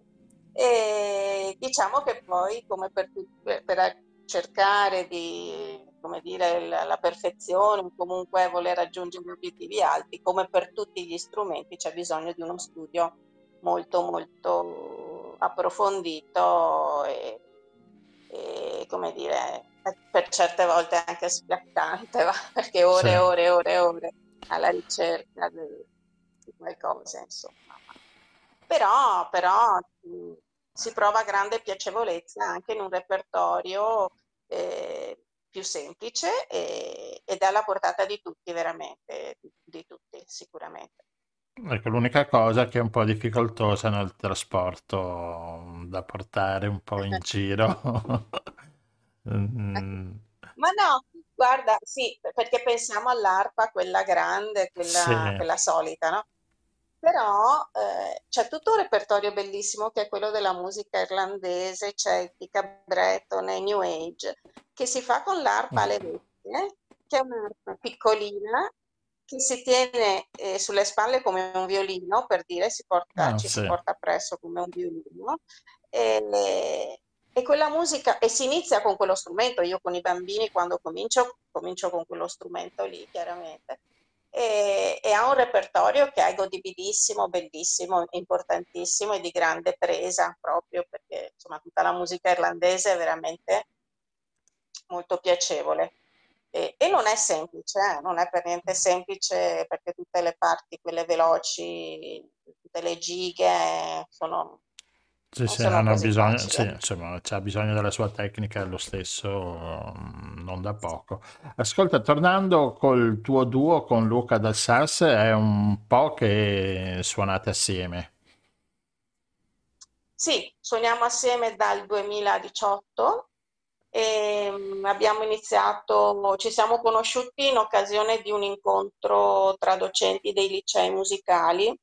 E diciamo che poi, come per cercare di, come dire, la perfezione, o comunque voler raggiungere obiettivi alti, come per tutti gli strumenti c'è bisogno di uno studio molto molto approfondito e come dire, per certe volte anche spiaccante, perché ore Sì. e ore e ore e ore alla ricerca di qualcosa, insomma. Però si prova grande piacevolezza anche in un repertorio più semplice ed è alla portata di tutti, veramente, di tutti sicuramente. Ecco, l'unica cosa che è un po' difficoltosa nel trasporto da portare un po' in giro. Ma no, guarda, sì, perché pensiamo all'arpa, quella grande, Sì. quella solita, no? Però c'è tutto un repertorio bellissimo che è quello della musica irlandese, celtica, bretone, New Age, che si fa con l'arpa alle vecchie, che è un'arpa piccolina, che si tiene sulle spalle come un violino, per dire, ci si sì. porta appresso come un violino. E quella musica, e si inizia con quello strumento. Io con i bambini, quando comincio con quello strumento lì, chiaramente. E ha un repertorio che è godibilissimo, bellissimo, importantissimo e di grande presa, proprio perché insomma tutta la musica irlandese è veramente molto piacevole. E non è semplice, non è per niente semplice, perché tutte le parti, quelle veloci, tutte le gighe non Sì, sono hanno così bisogno, facili. sì, insomma, c'ha bisogno della sua tecnica lo stesso, non da poco. Ascolta, tornando col tuo duo con Luca Dal Sars, è un po' che suonate assieme. Sì, suoniamo assieme dal 2018 e abbiamo iniziato, ci siamo conosciuti in occasione di un incontro tra docenti dei licei musicali.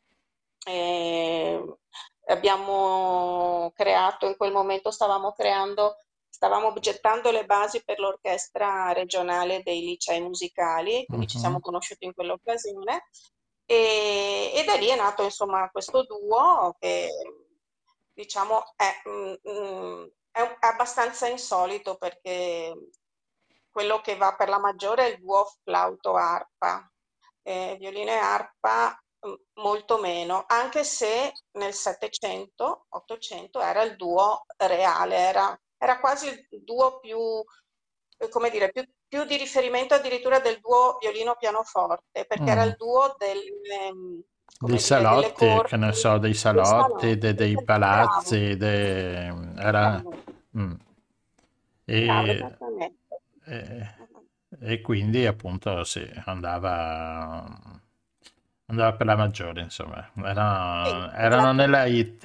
Abbiamo creato, in quel momento stavamo gettando le basi per l'orchestra regionale dei licei musicali, quindi ci siamo conosciuti in quell'occasione e da lì è nato insomma questo duo che diciamo è abbastanza insolito, perché quello che va per la maggiore è il duo flauto-arpa, violino e arpa molto meno, anche se nel 700, 800 era il duo reale, era quasi il duo più, come dire, più di riferimento addirittura del duo violino-pianoforte, perché era il duo Dei delle salotti, che corti, ne so, dei salotti, dei bravo, palazzi, era... bravo, mm. bravo, E, esattamente. e quindi appunto sì, andava per la maggiore, insomma, Sì, erano esattamente. nella hit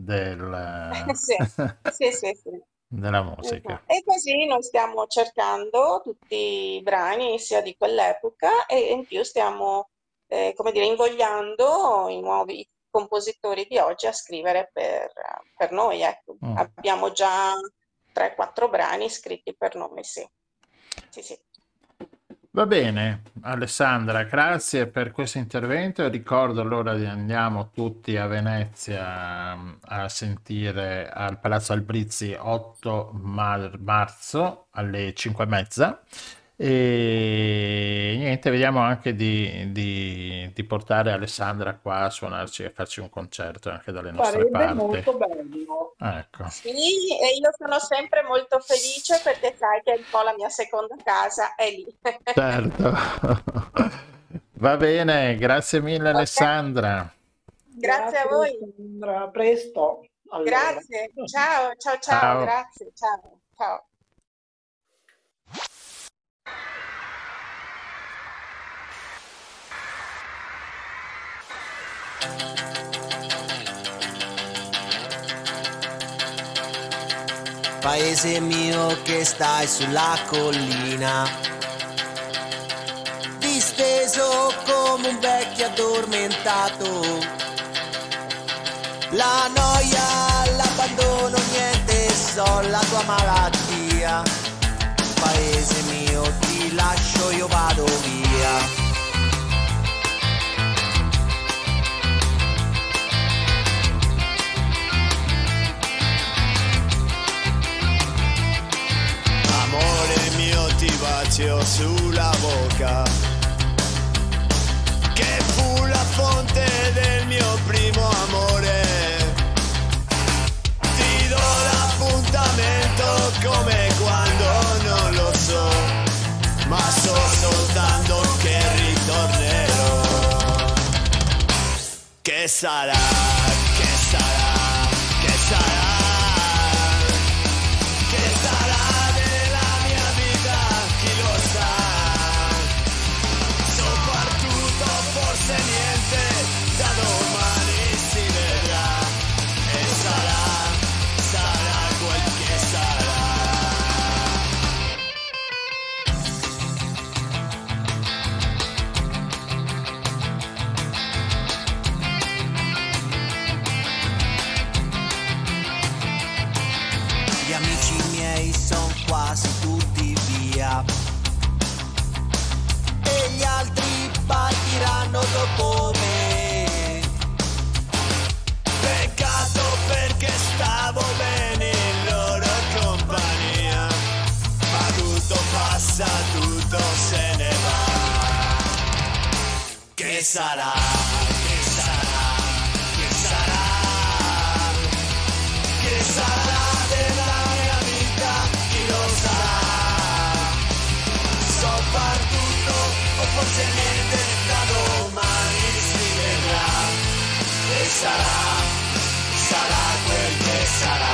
Sì. della musica. E così noi stiamo cercando tutti i brani sia di quell'epoca e in più stiamo, come dire, invogliando i nuovi compositori di oggi a scrivere per noi, ecco. Abbiamo già 3-4 brani scritti per noi, sì. Sì. Va bene, Alessandra, grazie per questo intervento. Ricordo allora che andiamo tutti a Venezia a sentire al Palazzo Albrizzi 8 marzo alle 5:30 e niente, vediamo anche di portare Alessandra qua a suonarci e farci un concerto anche dalle nostre Sarebbe parti. molto bello. Ecco. Sì, e io sono sempre molto felice perché sai che un po' la mia seconda casa è lì. Certo. Va bene, grazie mille Alessandra. Grazie a voi. Alessandra, a presto. Allora. Grazie, ciao, Ciao. grazie, ciao. Paese mio che stai sulla collina, disteso come un vecchio addormentato. La noia, l'abbandono, niente, so la tua malattia. Paese mio, ti lascio, io vado via. Amore mio, ti bacio sulla bocca, che fu la fonte del mio primo amore. Ti do l'appuntamento come quando non lo so, ma so soltanto che ritornerò. Che sarà, che sarà, che sarà. Niente, da domani si vedrà e sarà quel che sarà. sarà, che sarà, che sarà, che sarà della mia vita, chi lo sarà? So far tutto o forse niente, da domani si vedrà. E sarà, sarà quel che sarà.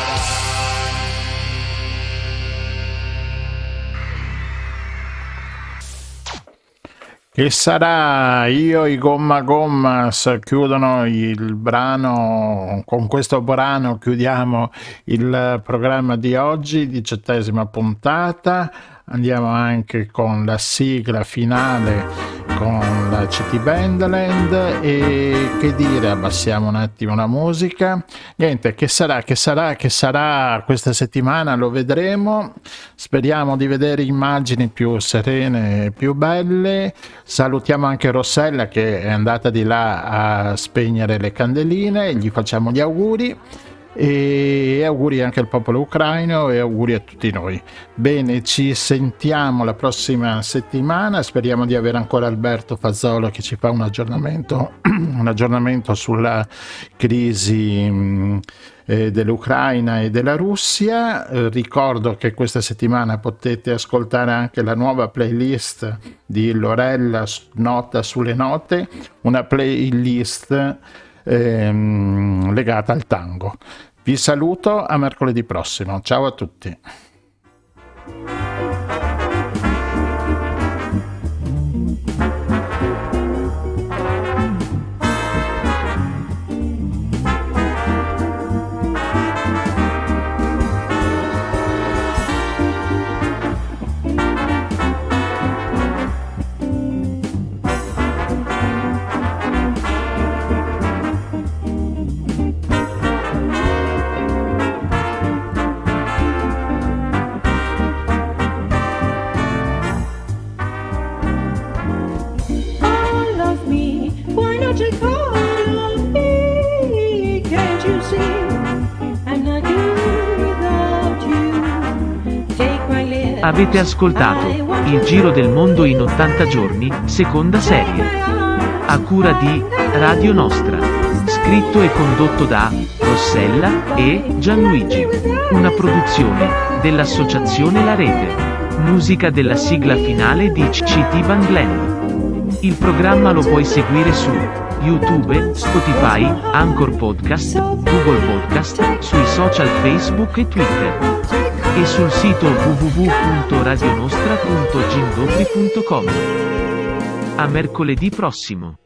Che sarà? Io i Gomma Gommas chiudono il brano, con questo brano chiudiamo il programma di oggi, 17ª puntata. Andiamo anche con la sigla finale con la City Bandland e che dire, abbassiamo un attimo la musica. Niente, che sarà questa settimana, lo vedremo. Speriamo di vedere immagini più serene, più belle. Salutiamo anche Rossella che è andata di là a spegnere le candeline, gli facciamo gli auguri. E auguri anche al popolo ucraino e auguri a tutti noi. Bene, ci sentiamo la prossima settimana, speriamo di avere ancora Alberto Fazzolo che ci fa un aggiornamento sulla crisi dell'Ucraina e della Russia. Ricordo che questa settimana potete ascoltare anche la nuova playlist di Lorella, Nota sulle note, una playlist legata al tango. Vi saluto, a mercoledì prossimo. Ciao a tutti. Avete ascoltato Il Giro del Mondo in 80 giorni, seconda serie. A cura di Radio Nostra. Scritto e condotto da Rossella e Gianluigi. Una produzione dell'associazione La Rete. Musica della sigla finale di City Bandland. Il programma lo puoi seguire su YouTube, Spotify, Anchor Podcast, Google Podcast, sui social Facebook e Twitter. E sul sito www.radionostra.gindopri.com. A mercoledì prossimo.